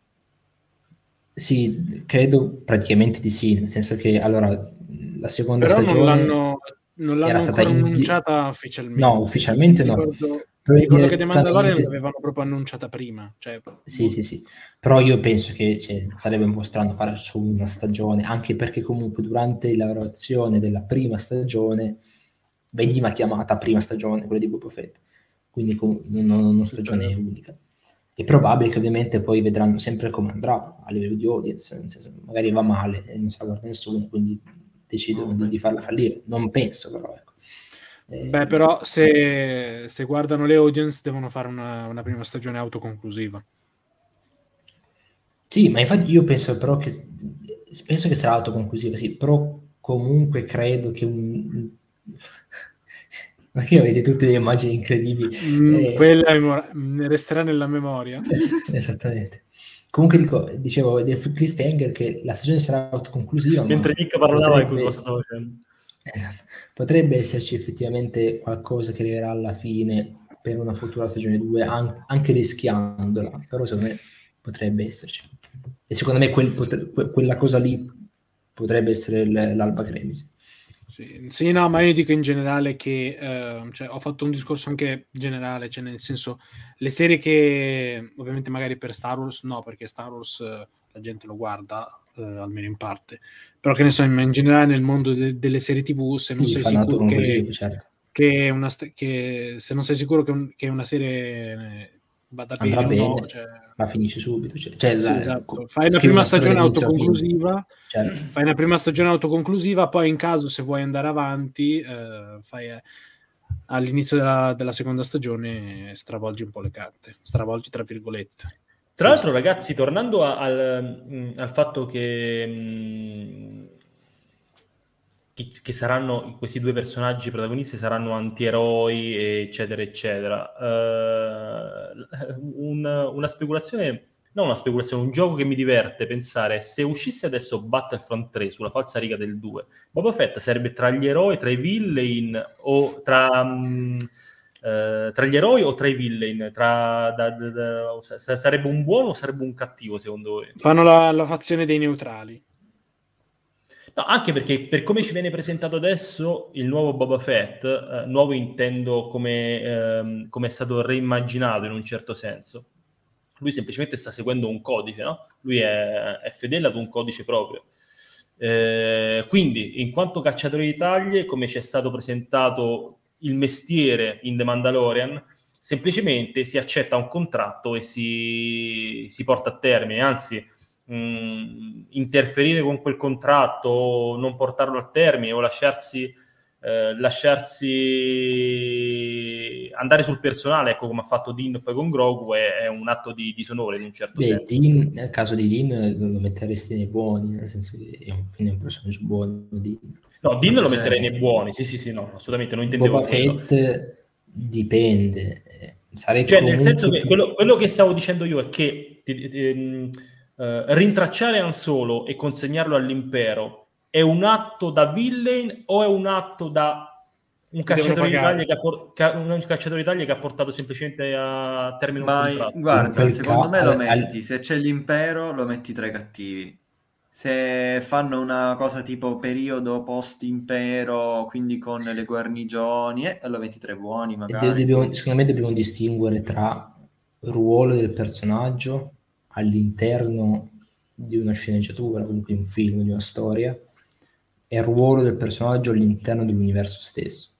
Sì, credo praticamente di sì, nel senso che allora la seconda Però stagione non l'hanno, non l'hanno era ancora stata indi... annunciata ufficialmente. No, ufficialmente mi no. ricordo, Però mi ricordo che The Mandalorian direttamente... l'avevano proprio annunciata prima. Cioè... Sì, sì, sì. Però io penso che cioè, sarebbe un po' strano fare su una stagione, anche perché comunque durante la lavorazione della prima stagione veniva chiamata prima stagione, quella di Boba Fett. Quindi com- non, non una stagione sì, unica. È probabile che ovviamente poi vedranno sempre come andrà a livello di audience, nel senso, magari va male e non se la guarda nessuno, quindi decidono di, di farla fallire. Non penso, però. Ecco. Eh, Beh, però se, se guardano le audience devono fare una, una prima stagione autoconclusiva. Sì, ma infatti io penso però che penso che sarà autoconclusiva, sì, però comunque credo che un... Ma che avete tutte delle immagini incredibili. Mm, eh... Quella mem- resterà nella memoria. Esattamente. Comunque dico, dicevo del cliffhanger che la stagione sarà autoconclusiva. Mentre Nick parlava potrebbe... cosa stavo facendo. Esatto. Potrebbe esserci effettivamente qualcosa che arriverà alla fine per una futura stagione due, an- anche rischiandola, però secondo me potrebbe esserci. E secondo me quel potre- que- quella cosa lì potrebbe essere l- l'Alba Cremisi. Sì, sì, no, ma io dico in generale che eh, cioè, ho fatto un discorso anche generale, cioè nel senso, le serie che ovviamente magari per Star Wars no, perché Star Wars eh, la gente lo guarda, eh, almeno in parte, però che ne so, in, in generale nel mondo de- delle serie tivù, se non sì, sei sicuro che, così, certo. che, una st- che se non sei sicuro che, un, che una serie eh, vada andrà bene, bene, no, cioè... ma finisce subito. Cioè, cioè sì, la, esatto. Fai una prima stagione autoconclusiva, certo. fai una prima stagione autoconclusiva, poi in caso se vuoi andare avanti, eh, fai eh, all'inizio della, della seconda stagione stravolgi un po' le carte, stravolgi tra virgolette. Tra l'altro, ragazzi, tornando a, al, mh, al fatto che, mh, che, che saranno questi due personaggi protagonisti saranno antieroi, eccetera, eccetera. Uh, un, una speculazione, no, una speculazione, un gioco che mi diverte pensare se uscisse adesso Battlefront tre sulla falsa riga del due, Boba Fett sarebbe tra gli eroi, tra i villain o tra. Mh, Uh, tra gli eroi o tra i villain? Tra, da, da, da, sarebbe un buono o sarebbe un cattivo, secondo voi? Fanno la, la fazione dei neutrali. No, anche perché per come ci viene presentato adesso il nuovo Boba Fett, uh, nuovo intendo come, um, come è stato reimmaginato in un certo senso, lui semplicemente sta seguendo un codice, no? Lui è, è fedele ad un codice proprio. Eh, quindi, in quanto cacciatore di taglie, come ci è stato presentato il mestiere in The Mandalorian, semplicemente si accetta un contratto e si, si porta a termine, anzi mh, interferire con quel contratto, non portarlo a termine o lasciarsi, eh, lasciarsi andare sul personale, ecco come ha fatto Din poi con Grogu, è, è un atto di disonore in un certo Beh, senso. Din, nel caso di Din lo metteresti nei buoni, nel senso che è un, è un personaggio buono. Din. No, Din lo metterei nei buoni, sì, sì, sì, no, assolutamente, non intendevo Boba quello. Fett dipende. Sarei cioè, comunque... nel senso che quello, quello che stavo dicendo io è che ti, ti, uh, rintracciare Han Solo e consegnarlo all'impero è un atto da villain o è un atto da un cacciatore di taglie che, por- ca- un cacciatore di taglie che ha portato semplicemente a termine Ma un contratto? guarda, secondo ca- me lo al- metti, se c'è l'impero lo metti tra i cattivi. Se fanno una cosa tipo periodo post-impero, quindi con le guarnigioni, e eh, lo metti tra i buoni magari. Dobbiamo, secondo me dobbiamo distinguere tra ruolo del personaggio all'interno di una sceneggiatura, comunque un film, di una storia, e il ruolo del personaggio all'interno dell'universo stesso.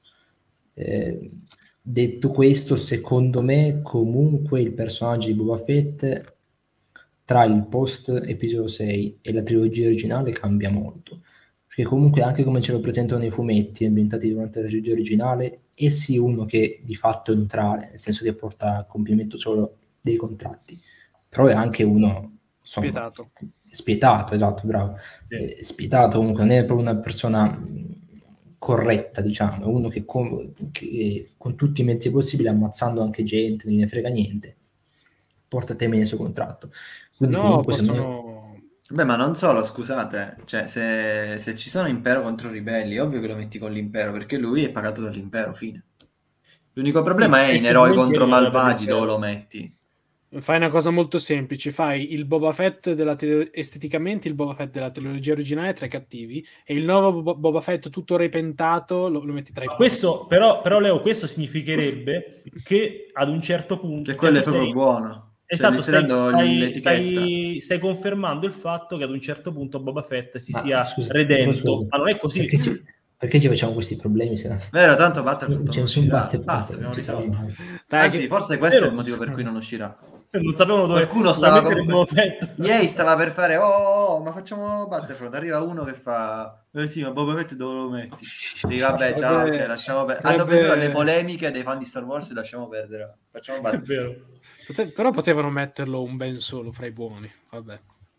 Eh, detto questo, secondo me comunque il personaggio di Boba Fett tra il post episodio sei e la trilogia originale cambia molto, perché comunque anche come ce lo presentano nei fumetti ambientati durante la trilogia originale, è sì uno che di fatto è neutrale, nel senso che porta a compimento solo dei contratti, però è anche uno insomma, spietato. spietato, esatto, bravo, Sì. eh, spietato, comunque non è proprio una persona corretta, diciamo, è uno che con, che con tutti i mezzi possibili, ammazzando anche gente, non ne frega niente, porta a termine il suo contratto. Quindi no, comunque possono... me... Beh, ma non solo, scusate, cioè se, se ci sono impero contro ribelli, è ovvio che lo metti con l'impero, perché lui è pagato dall'impero, fine. L'unico problema Sì, è in spesso eroi e contro volentieri malvagi l'impero. dove lo metti. Fai una cosa molto semplice, fai il Boba Fett della tele... esteticamente il Boba Fett della trilogia originale tra i cattivi e il nuovo Bo- Boba Fett tutto repentato lo, lo metti tra i buoni. Questo, però, però, Leo, questo significherebbe che ad un certo punto... Che quello cioè, è tu proprio sei- buono. Esatto, Cioè, gli stai stai, dando stai, l'etichetta. stai, stai confermando il fatto che ad un certo punto Boba Fett si Ma, sia scusa, redento, scusa, ma non è così. Perché ci, perché ci facciamo questi problemi? Se no? Vero, tanto Battlefront Non c'è non nessun uscirà. Battlefront, Basta, non abbiamo ci sarà risolto. mai. Dai, Anzi, che- forse questo Vero. è il motivo per cui non uscirà. Non sapevano dove... Qualcuno stava dove mettere comunque... Boba Fett. E A stava per fare oh, oh, oh, ma facciamo Battlefront, arriva uno che fa eh sì, ma Boba Fett dove lo metti? Sì, vabbè, ciao, Sarebbe- cioè, lasciamo per... sarebbe- hanno preso le polemiche dei fan di Star Wars e lasciamo perdere. Facciamo È Battlefront. vero. Pote- però potevano metterlo un Ben Solo fra i buoni, vabbè.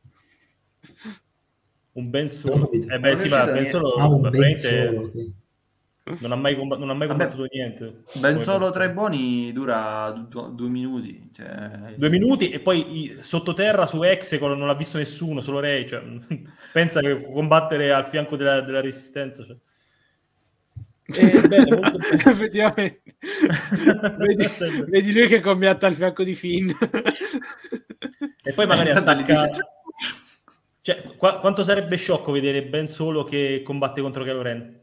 Un Ben Solo. Non Eh beh, non sì, è ma uscito Ben niente. Solo Ah, un Ben praticamente Solo, ok. non ha mai, comb- non ha mai Vabbè, combattuto niente. Ben Come Solo Ben tra i Solo. buoni dura du- due minuti. Cioè... Due minuti e poi i- sottoterra su Exegol non l'ha visto nessuno, solo Rey. Cioè, pensa che combattere al fianco della, della resistenza. Cioè. Eh, bene, molto bene. Effettivamente. vedi, Cioè, vedi lui che combatte al fianco di Finn. e poi magari Intanto gli attacca... dice- Cioè, qua- quanto sarebbe sciocco vedere Ben Solo che combatte contro Kylo Ren?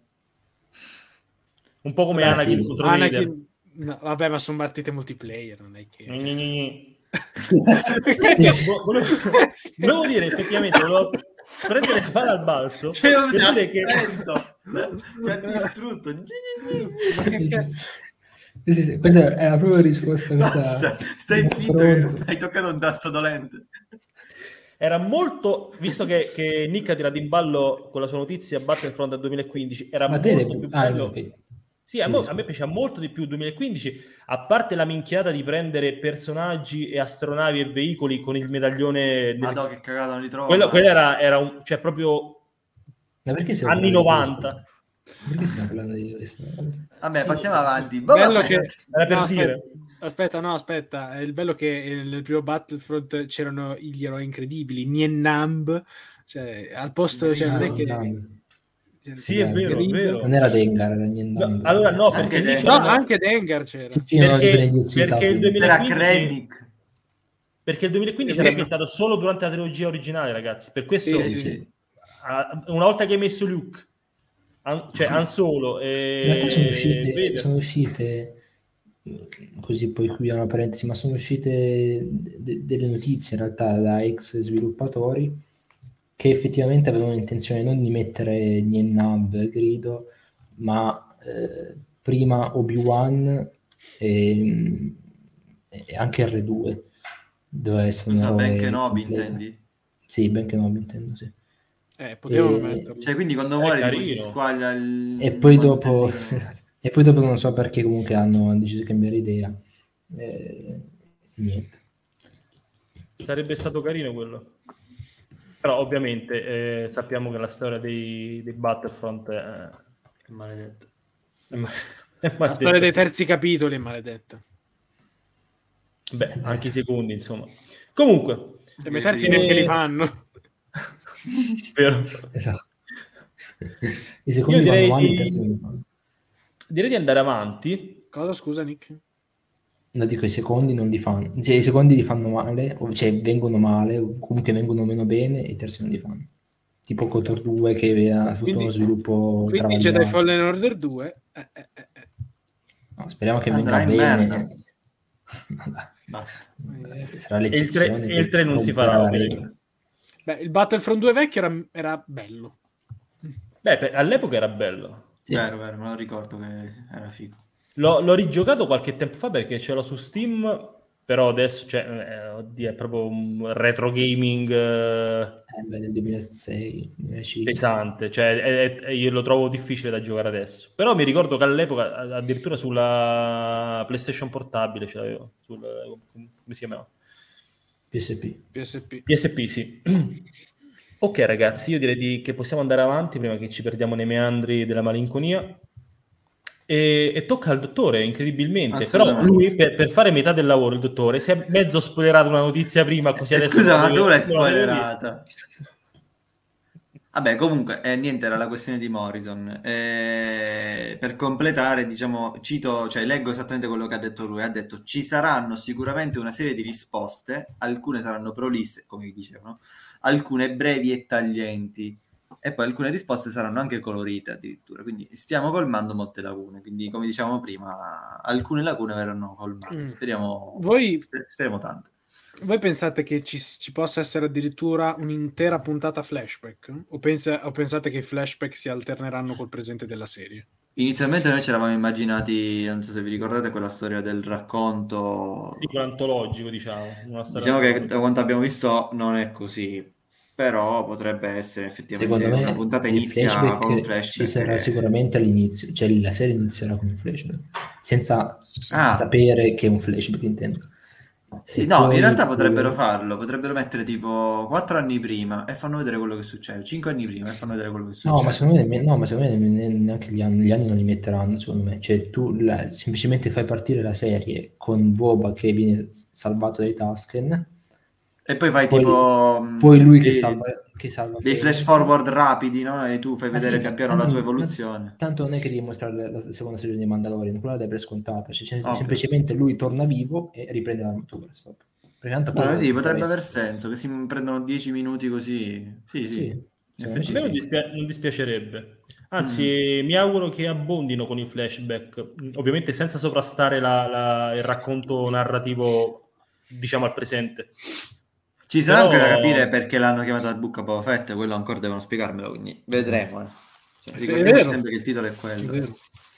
Un po' come Beh, Anakin sì. contro Vader. Anakin... No, vabbè, ma sono partite multiplayer, non è che... Gni, gni, gni. Vo- volevo, volevo dire effettivamente volevo prendere la palla al balzo Cioè, io per ti dire che aspetto. Ti ha distrutto. Ma che cazzo? Sì, sì, questa è la propria risposta. Basta, Questa stai in zitto, confronto. che hai toccato un tasto dolente. era molto, visto che, che Nick ha tirato in ballo con la sua notizia Battlefront del duemilaquindici, era Ma te molto le... più ah, bello ok. Sì, a, Sì, mo- sì. a me piaceva molto di più il duemilaquindici, a parte la minchiata di prendere personaggi e astronavi e veicoli con il medaglione. nel- Madò, che cagata, non li trovo Quello, mai. quello era, era un, cioè proprio Ma perché stiamo anni parlando di questo? novanta. Perché stiamo parlando di questo? Vabbè, Sì. passiamo avanti. Boba Bello Fett. che... Era per no, dire. aspetta, aspetta, no, aspetta. È il bello che eh, nel primo Battlefront c'erano gli eroi incredibili, Nien Namb, cioè al posto, cioè, non è che... Niendam. Sì, è vero, è Grid. vero. Non era Dengar, era No, Niendam. allora no, Anche perché lì Dengar. No, c'erano- anche Dengar c'era. Sì, sì, no, tipo perché, negli Z, perché il quindi. Era duemilaquindici Krennic. perché il duemilaquindici Sì, è era vero. ambientato solo durante la trilogia originale, ragazzi. Per questo, Sì, Sì, sì. a- una volta che hai messo Luke, Han- cioè Han Solo e In realtà sono uscite, Vader- sono uscite eh, così poi qui una parentesi, ma sono uscite de- delle notizie in realtà da ex sviluppatori che effettivamente avevano intenzione non di mettere Nienab e Grido, ma eh, prima Obi-Wan e, e anche R due doveva essere un Scusa, Ben eroe Kenobi completo. intendi? Sì, Ben Kenobi intendo, sì. Eh, potevano E- metterlo. Cioè, quindi quando È muore tipo, carino. si squaglia il E poi dopo, mantellino. esatto. E poi dopo non so perché comunque hanno deciso di cambiare idea. E niente. sarebbe stato carino quello. Però ovviamente eh, sappiamo che la storia dei, dei Battlefront è, Che maledetto. è, ma- è La maledetta, storia dei sì. terzi capitoli è maledetta. Beh, anche i secondi, insomma. Comunque, Cioè, i terzi Eh, neanche li fanno. vero. Esatto. I secondi Io direi vanno male, di- i terzi non li fanno. Direi di andare avanti. Cosa, scusa, Nick? No, dico, i secondi non li fanno. Cioè, i secondi li fanno male, o- cioè vengono male, o comunque vengono meno bene, e i terzi non li fanno. Tipo Kotor due che aveva avuto Quindi- uno sviluppo Quindi Jedi travagliato. Fallen Order due. Eh, eh, eh, eh. No, speriamo che Andrà venga in bene. merda. No, dai. Basta. Eh, sarà E il l'eccezione. tre- che e il tre non si romperà farà, la ovviamente. regola. Beh, il Battlefront due vecchio era, era bello. Beh, per- all'epoca era bello. Sì. Vero, vero, me lo ricordo che era figo. L'ho, l'ho rigiocato qualche tempo fa perché ce l'ho su Steam, però adesso, cioè, eh, oddio, è proprio un retro gaming eh, Eh, beh, del duemilasei, duemilacinque. pesante, cioè è- è- io lo trovo difficile da giocare adesso. Però mi ricordo che all'epoca, a- addirittura sulla PlayStation portabile ce l'avevo, sul, come si chiamava? P S P. P S P. P S P, sì. Ok ragazzi, io direi di- che possiamo andare avanti prima che ci perdiamo nei meandri della malinconia. E, e tocca al dottore, incredibilmente. Però Assolutamente. lui, per, per fare metà del lavoro, il dottore, si è mezzo spoilerato una notizia prima, così Eh, adesso... scusa, non ma la tu devo- l'hai non la devo dire. spoilerata. Vabbè, comunque, eh, niente, era la questione di Morrison. Eh, per completare, diciamo, cito, cioè leggo esattamente quello che ha detto lui. Ha detto: ci saranno sicuramente una serie di risposte, alcune saranno prolisse, come vi dicevano, alcune brevi e taglienti, e poi alcune risposte saranno anche colorite addirittura. Quindi stiamo colmando molte lacune. Quindi, come dicevamo prima, alcune lacune verranno colmate. Mm. Speriamo, Voi, sper- speriamo tanto. voi pensate che ci, ci possa essere addirittura un'intera puntata flashback? O, pensa- o pensate che i flashback si alterneranno col presente della serie? Inizialmente noi ci eravamo immaginati, non so se vi ricordate, quella storia del racconto. Sì, quello antologico, diciamo. Una storia Diciamo che antologica. da quanto abbiamo visto non è così, però potrebbe essere effettivamente Secondo me una puntata il inizia flashback con un ci flashback. sarà che- sicuramente all'inizio, cioè la serie inizierà con un flashback, senza Ah. sapere che è un flashback, intendo. Sì, E no, poi- in realtà potrebbero farlo, potrebbero mettere tipo quattro anni prima e fanno vedere quello che succede, cinque anni prima e fanno vedere quello che succede. No, ma secondo me, nemmeno- no, ma secondo me nemmeno- neanche gli anni, gli anni non li metteranno, secondo me. Cioè, tu la- semplicemente fai partire la serie con Boba che viene salvato dai Tusken, E poi fai poi, tipo mh, poi lui che dei- salva, che salva dei Fennec. flash forward rapidi, no? E tu fai Ma vedere sì, pian piano tanto la sua non- evoluzione. Tanto non è che devi mostrare la, la seconda stagione di Mandalorian, quella la dai per scontata, cioè, cioè, Ok. semplicemente lui torna vivo e riprende l'armatura. Stop. Perché tanto poi Ah, non sì, ti potrebbe interessa. aver senso che si prendono dieci minuti così. Sì, sì. Sì, In secondo me effetti A me non, sì. dispia- non dispiacerebbe. Anzi, mi auguro che abbondino con i flashback, ovviamente senza sovrastare la- la- il racconto narrativo, diciamo, al presente. Ci sarà Però- anche da capire perché l'hanno chiamato al Book of Boba Fett, quello ancora devono spiegarmelo, quindi vedremo. eh. Cioè, È ricordiamoci vero. sempre che il titolo è È quello. vero.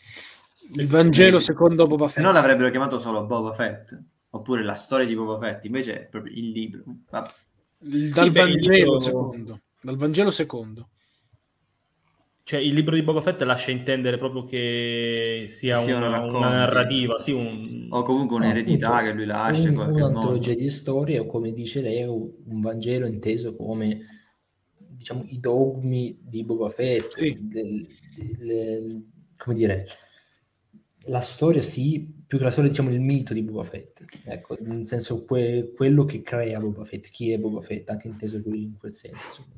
Il Vangelo Sì, sì. secondo Boba Se no Fett. l'avrebbero chiamato solo Boba Fett, oppure la storia di Boba Fett, invece è proprio il libro. Vabbè. Il- dal Sì, beh, il Vangelo libro- secondo. Dal Vangelo secondo. cioè il libro di Boba Fett lascia intendere proprio che sia Che siano una, racconti. una narrativa, sì, un... O comunque No, un'eredità appunto, che lui lascia in un- qualche un'antologia modo. di storie, o come dice lei, un Vangelo inteso come, diciamo, i dogmi di Boba Fett, Sì. del- del- come dire, la storia sì, più che la storia, diciamo, il mito di Boba Fett, ecco, nel senso que- quello che crea Boba Fett, chi è Boba Fett, anche inteso lui in quel senso. insomma.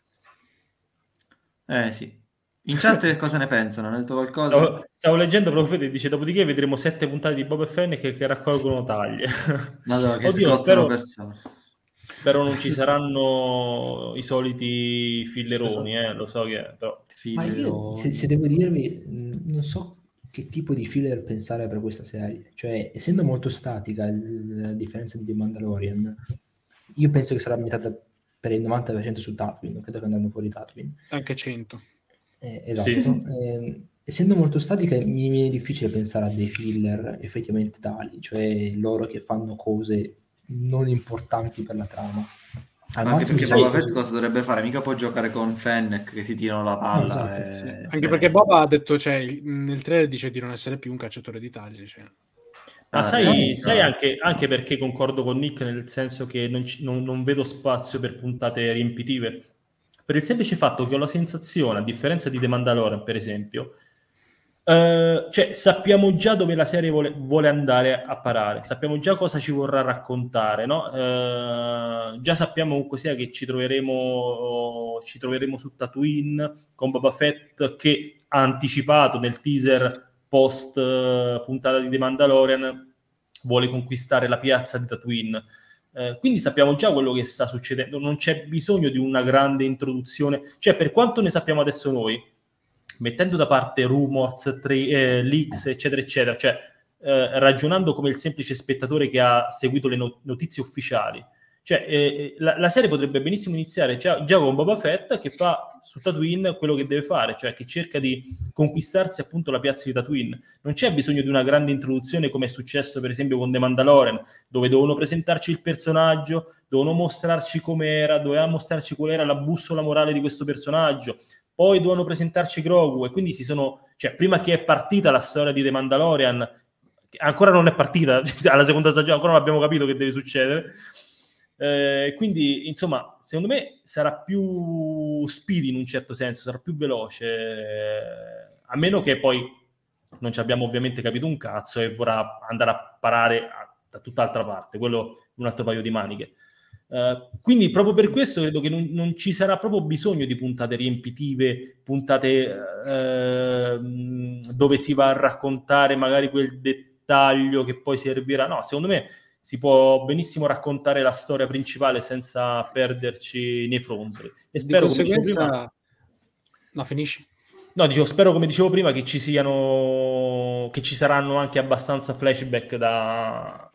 Eh sì. In chat che cosa ne pensano? Hanno detto qualcosa? Stavo, stavo leggendo proprio Fede, dice dopodiché vedremo sette puntate di Boba Fett che, che raccolgono taglie. Madonna, che Oddio, scozzano spero, persone. spero non ci saranno i soliti filleroni, eh, lo so che però... Ma io, se, se devo dirvi, mh, non so che tipo di filler pensare per questa serie. Cioè, essendo molto statica, il- a differenza di The Mandalorian, io penso che sarà ambientata per il novanta per cento su Tatooine, non credo che andando fuori Tatooine. Anche cento. Eh, esatto. Sì. Eh, essendo molto statica, mi viene difficile pensare a dei filler effettivamente tali, cioè loro che fanno cose non importanti per la trama. Al Anche massimo, perché diciamo Boba Fett così- cosa dovrebbe fare? Mica può giocare con Fennec che si tirano la palla. No, esatto, e- Sì. cioè- Anche perché Boba ha detto, cioè, nel trailer dice di non essere più un cacciatore di taglie. Cioè. Ma Ah, sai, eh, sai no. anche, anche perché concordo con Nick nel senso che non, ci- non- non vedo spazio per puntate riempitive, per il semplice fatto che ho la sensazione, a differenza di The Mandalorian per esempio, eh, cioè sappiamo già dove la serie vuole, vuole andare a parare, sappiamo già cosa ci vorrà raccontare, no? Eh, già sappiamo comunque sia che ci troveremo, ci troveremo su Tatooine con Boba Fett che ha anticipato nel teaser post eh, puntata di The Mandalorian vuole conquistare la piazza di Tatooine. Eh, quindi sappiamo già quello che sta succedendo, non c'è bisogno di una grande introduzione, cioè per quanto ne sappiamo adesso noi, mettendo da parte rumors, tra- eh, leaks, eccetera, eccetera, cioè eh, ragionando come il semplice spettatore che ha seguito le not- notizie ufficiali, cioè eh, la, la serie potrebbe benissimo iniziare già, già con Boba Fett che fa su Tatooine quello che deve fare, cioè che cerca di conquistarsi appunto la piazza di Tatooine. Non c'è bisogno di una grande introduzione come è successo per esempio con The Mandalorian, dove dovevano presentarci il personaggio, dovevano mostrarci com'era, doveva mostrarci qual era la bussola morale di questo personaggio, poi dovevano presentarci Grogu e quindi si sono, cioè prima che è partita la storia di The Mandalorian, ancora non è partita, alla seconda stagione ancora non abbiamo capito che deve succedere. Eh, quindi insomma secondo me sarà più speedy in un certo senso, sarà più veloce, eh, a meno che poi non ci abbiamo ovviamente capito un cazzo e vorrà andare a parare a, da tutt'altra parte, quello è un altro paio di maniche. Uh, quindi proprio per questo credo che non, non ci sarà proprio bisogno di puntate riempitive, puntate uh, dove si va a raccontare magari quel dettaglio che poi servirà. No, secondo me si può benissimo raccontare la storia principale senza perderci nei fronzoli. E spero, Di come dicevo conseguenza... prima... No, finisci. No, dicevo, spero, come dicevo prima, che ci siano, che ci saranno anche abbastanza flashback da,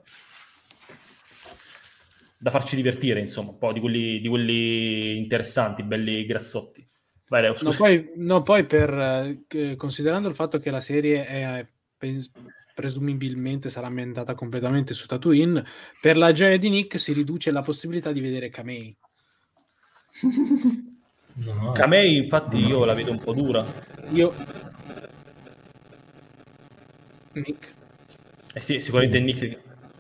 da farci divertire, insomma, un po' di quelli, di quelli interessanti, belli grassotti. Vai, Leo, No, scusa. poi, no, poi per eh, considerando il fatto che la serie è pens- presumibilmente sarà ambientata completamente su Tatooine, per la gioia di Nick si riduce la possibilità di vedere camei. No, Kamei, infatti, io la vedo un po' dura. Io Nick Eh sì, sicuramente Sì. Nick.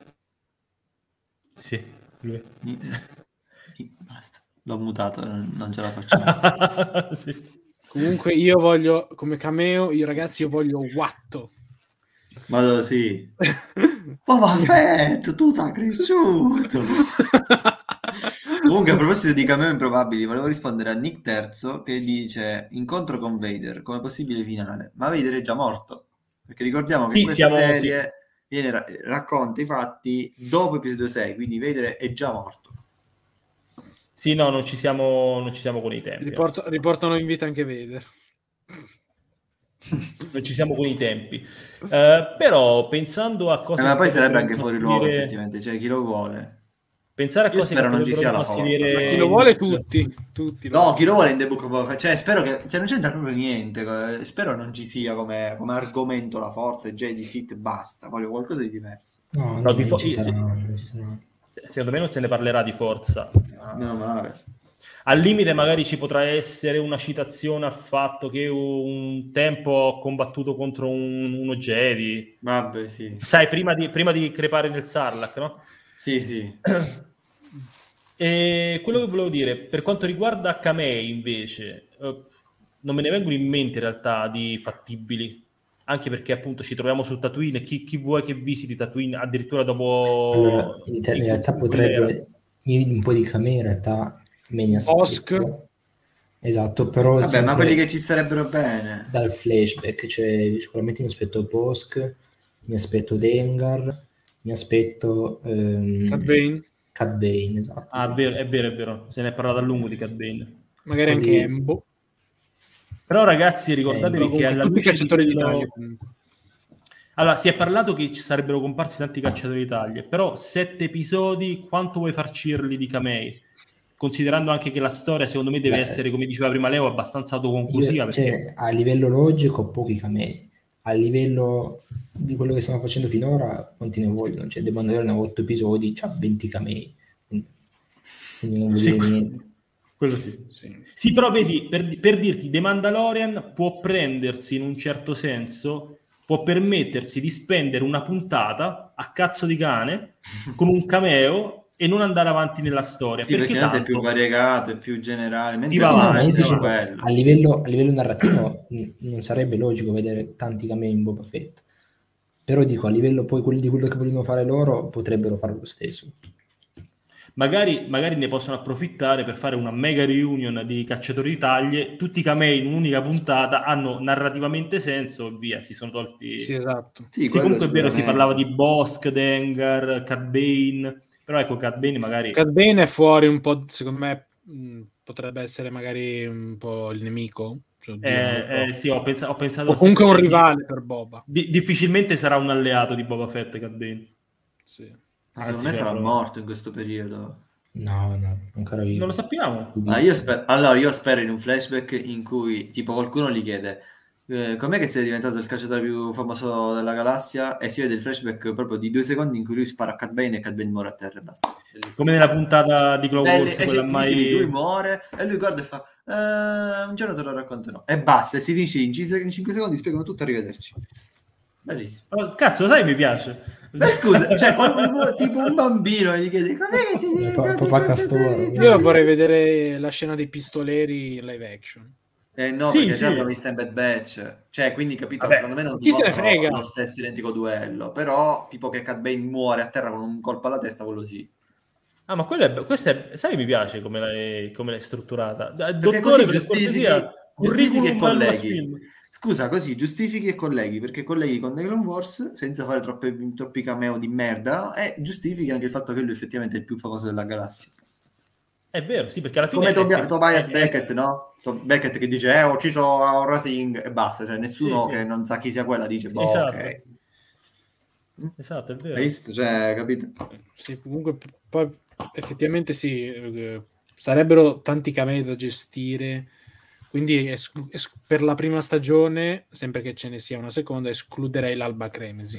Sì, lui. Basta, l'ho mutato, non non ce la faccio. Sì. comunque io voglio come cameo, io ragazzi io voglio Watto. Ma no, sì. Boba Fett, tu sei cresciuto. Comunque, a proposito di cameo improbabili, volevo rispondere a Nick Terzo che dice incontro con Vader come possibile finale, ma Vader è già morto, perché ricordiamo che Sì, questa siamo- serie viene ra- racconta i fatti dopo episodio sei, quindi Vader è già morto. Sì, no, non ci siamo, non ci siamo con i tempi. Riporto- riportano in vita anche Vader. Non ci siamo con i tempi. Eh, però pensando a Eh, cosa ma poi che sarebbe potrebbero anche fuori luogo fastidire- effettivamente, cioè chi lo vuole? Pensare a Io cose spero che non ci sia potrebbero la forza. fastidire- Ma chi lo vuole tutti, tutti lo No, vogliono. chi lo vuole in The Book of Boba Fett? Cioè, spero che... Cioè, non c'entra proprio niente. eh, Spero non ci sia come, come argomento la forza, Jedi, Sith, basta. Voglio qualcosa di diverso. no, No, no, di non fo- ci sì. saranno, non ci saranno. Secondo me non se ne parlerà di forza. Meno male. Al limite magari ci potrà essere una citazione al fatto che un tempo ho combattuto contro un, uno Jedi. Vabbè, sì. Sai, prima di, prima di crepare nel Sarlacc, no? Sì, sì. E quello che volevo dire, per quanto riguarda Kamei, invece, eh, non me ne vengono in mente in realtà di fattibili, anche perché appunto ci troviamo su Tatooine, chi, chi vuoi che visiti Tatooine addirittura dopo... Allora, in, te- in realtà potrebbe... Un po' di Kamei in realtà... me ne aspetto. Bosque. Esatto, però vabbè, ma quelli che ci starebbero bene dal flashback, cioè sicuramente mi aspetto Bosque, mi aspetto Dengar, mi aspetto ehm, Cad Bane. Cad Bane, esatto. Ah, è vero, è vero, è vero, se ne è parlato a lungo di Cad Bane. Magari Quindi... anche Embo. Però ragazzi, ricordatevi Eh, che alla tutti i luce cacciatori di quello... d'Italia comunque. Allora, si è parlato che ci sarebbero comparsi tanti cacciatori d'Italia, però sette episodi, quanto vuoi farcirli di Kamei? Considerando anche che la storia, secondo me, deve Beh, essere, come diceva prima Leo, abbastanza autoconclusiva. Io, perché... cioè, a livello logico, pochi Kamei. A livello di quello che stiamo facendo finora, quanti ne vogliono? Cioè, The Mandalorian ha otto episodi, c'ha venti Kamei. Quindi, quindi non vuol sì, dire niente. Quello sì. Sì. Sì, però vedi, per, per dirti, The Mandalorian può prendersi, in un certo senso, può permettersi di spendere una puntata a cazzo di cane con un cameo e non andare avanti nella storia. sì, perché, perché tanto tanto è più variegato, è più generale, mentre Si va Sì, no, avanti, ma io si dicevo, va a livello, a livello narrativo mh, non sarebbe logico vedere tanti camei in Boba Fett, però dico, a livello poi quelli di quello che vogliono fare loro potrebbero fare lo stesso. Magari, magari ne possono approfittare per fare una mega reunion di cacciatori di taglie, tutti i camei in un'unica puntata hanno narrativamente senso e via, si sono tolti... Sì, esatto. sì, Sì, comunque è vero, si sicuramente. parlava di Bossk, Dengar, Cad Bane, però ecco, Cad Bane magari... Cad Bane è fuori un po', secondo me, mh, potrebbe essere magari un po' il nemico. Cioè, oddio, non lo so. Eh, eh, sì, ho, pensa- ho pensato... O lo comunque stesso, un cioè, rivale per Boba. di- difficilmente sarà un alleato di Boba Fett, Cad Bane. Sì. Ma Anzi, secondo me cioè, sarà proprio- morto in questo periodo. No, no, ancora vivo. Non lo sappiamo. Ah, io sper- allora io spero in un flashback in cui tipo qualcuno gli chiede eh, com'è che sei diventato il calciatore più famoso della galassia, e si vede il flashback proprio di due secondi in cui lui spara a Cad Bane e Cad Bane muore a terra e basta. Bellissimo. Come nella puntata di Clone Belli- Wars, e quella ci- mai... dici, lui muore e lui guarda e fa "Eh, un giorno te lo racconterò", e basta, e si finisce in cinque secondi, spiegano tutto, arrivederci. Bellissimo. Oh, cazzo, sai, mi piace. Ma scusa, cioè quando, tipo un bambino gli chiede com'è che ti Pa- papà Castoro. Io vorrei vedere la scena dei pistoleri live action. Eh no, Sì, perché sì. già abbiamo visto in Bad Batch, cioè quindi capito, Vabbè, secondo me non ti chi se ne portano frega? lo stesso identico duello, però tipo che Cad Bane muore a terra con un colpo alla testa, quello sì. Ah, ma quello è, be- questo è, sai, mi piace come l'hai, come l'hai strutturata. Da- Perché Dottore, così per giustifichi, cortesia, giustifichi e curriculum al colleghi. film. Scusa, così giustifichi e colleghi, perché colleghi con The Clone Wars senza fare troppe, troppi cameo di merda, e giustifichi anche il fatto che lui effettivamente è il più famoso della galassia. È vero, sì, perché alla fine... Come è- Tobi- è- Tobias è- Beckett, no? To- Beckett che dice eh, ho ucciso a Aura Singh e basta, cioè nessuno Sì, sì. che non sa chi sia quella dice boh, Esatto. ok. Esatto, è vero. Hai visto? Cioè, capito? Sì, comunque p- poi effettivamente sì, eh, sarebbero tanti camei da gestire, quindi es- es- per la prima stagione, sempre che ce ne sia una seconda, escluderei l'Alba Cremesi.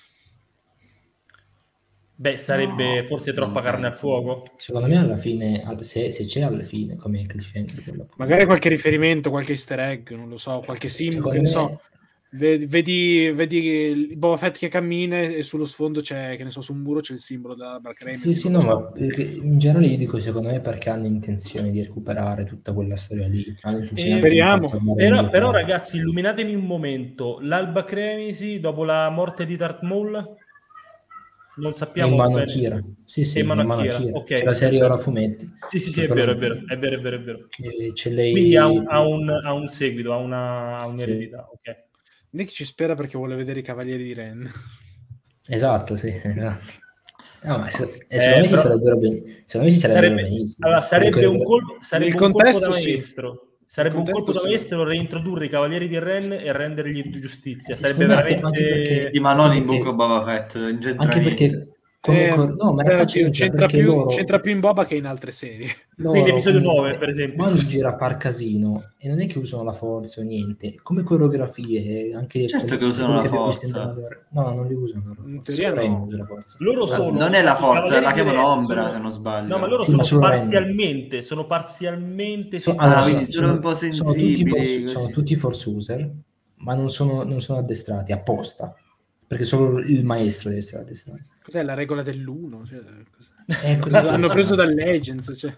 Beh, sarebbe No, forse non troppa carne al penso. fuoco. Secondo me alla fine, al- se, se c'è alla fine, come cliffhanger per l'appunto. Magari qualche riferimento, qualche easter egg, non lo so, qualche simbolo, che Secondo ne me- so. Ve- Vedi, vedi il Boba Fett che cammina e sullo sfondo c'è, che ne so, su un muro c'è il simbolo dell'Alba Cremesi. Sì, sì, non no, lo so. ma perché in generale io dico secondo me perché hanno intenzione di recuperare tutta quella storia lì. Hanno intenzione Eh, anche di far speriamo. tornare Però, indietro. però, ragazzi, illuminatemi un momento. L'Alba Cremisi, dopo la morte di Darth Maul, non È sappiamo in mano a bene. Kira. Sì, sì, È è in in mano a mano a Kira, Kira. ok, C'è la serie perfetto. ora a fumetti. Sì, sì, sì, è vero, è vero, è vero, è vero, è vero. Che c'è lei... Quindi ha un, ha un, ha un seguito, ha una, ha Sì. un'eredità, ok. Nick ci spera perché vuole vedere i Cavalieri di Ren. Esatto, sì, esatto. No, ma se- e Eh, secondo me ci però- sarebbero ben- secondo me ci sarebbero Sarebbe, benissimo. allora, sarebbe Comunque- un colpo, sarebbe Nel un colpo contesto, da sì. maestro. Sarebbe Nel un colpo contesto, da sì. maestro reintrodurre i Cavalieri di Ren e rendergli giustizia. Eh, Sarebbe secondo me anche- veramente... anche perché- Sì, ma non in perché- Book of Boba Fett, non c'entra Anche niente. perché Come Eh, cor- no, ma in eh, realtà più- c'entra, c'entra, perché più, loro, c'entra più in Boba che in altre serie. loro Nell'episodio comunque, nove, per esempio. quando gira a far casino e non è che usano la forza o niente, come coreografie, anche Certo quelle, che usano quelle la che abbiamo visto in forza. Mandalorian. No, non li usano la In forza. teoria Solo Ren no. usa la forza. Loro Ma sono non è la i forza, Cavalieri la chiamano di Re, ombra, sono- se non sbaglio. No, ma loro Sì, ma sono solo Ren. parzialmente, sono parzialmente So- senza- Ah, allora, quindi sono, sono un po' sono tutti sensibili, force, così. sono tutti force user, ma non sono, non sono addestrati apposta, perché solo il maestro deve essere addestrato. Cos'è la regola dell'uno? Cioè, cos'è? È così. Hanno funziona. preso da Legends. Cioè.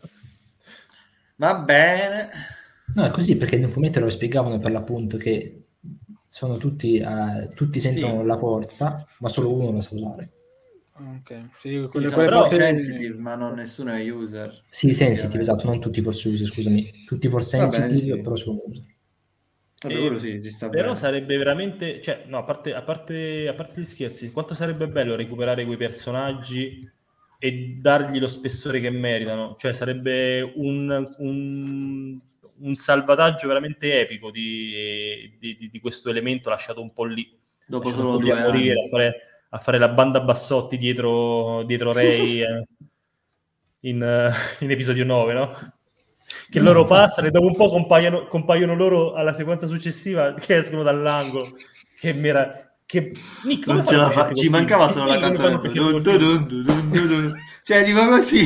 Va bene. No, è così perché nel fumetto lo spiegavano per l'appunto che sono tutti, eh, tutti sentono Sì. la forza, ma solo uno la sa usare. Ok, sì, Quindi quelle, sono quelle però volte- sensitive, ma non nessuno è user. Sì, sensitive, esatto, non tutti force user, scusami, tutti force Va bene, sensitive, sì. però solo uno user. Vabbè, Eh, quello sì, ci sta però bene. sarebbe veramente, cioè, no, a parte, a parte, a parte gli scherzi, quanto sarebbe bello recuperare quei personaggi e dargli lo spessore che meritano. Cioè, sarebbe un, un, un salvataggio veramente epico di, di, di- di questo elemento lasciato un po' lì, Dopo lasciato solo un po' lì due a morire, anni. a fare, a fare la banda Bassotti dietro, dietro Rey eh, in, eh, in episodio nove, no? Che No, loro infatti. passano e dopo un po' compaiono, compaiono loro alla sequenza successiva che escono dall'angolo. Che mera... Che... Nick, come Non fanno ce a la fa. piacerti Ci col mancava film? solo la Spiegami come fanno a canzone. piacerti Dun, col dun, film. dun, dun, dun, dun. Cioè, tipo così.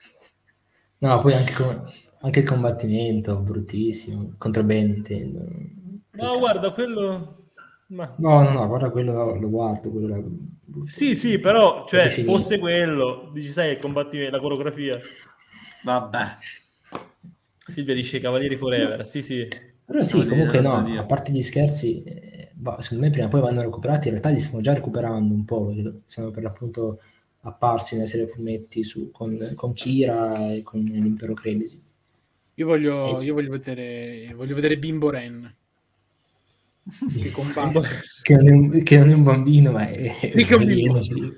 No, poi anche, com- anche il combattimento, bruttissimo, contro Ben intendo. No, Peccato. guarda, quello... Ma... No, no, no, guarda quello lo, lo guardo, quello là, brutto. Sì, sì, però, cioè, Capisci fosse niente. quello, dici, sai, il combattimento, la coreografia. Vabbè. Silvia dice Cavalieri Forever, sì, sì. Però sì, Cavalieri comunque dello no, Zodiaco. a parte gli scherzi, eh, bah, secondo me prima o poi vanno recuperati, in realtà li stanno già recuperando un po', perché sono per l'appunto apparsi nella serie fumetti su, con, con Kira e con l'Impero Cremisi. Io voglio, Eh sì. io voglio vedere, voglio vedere Bimbo Ren che combatte. Che non, è un, che non è un bambino, ma è, è Sì, un che è un alieno. bimbo.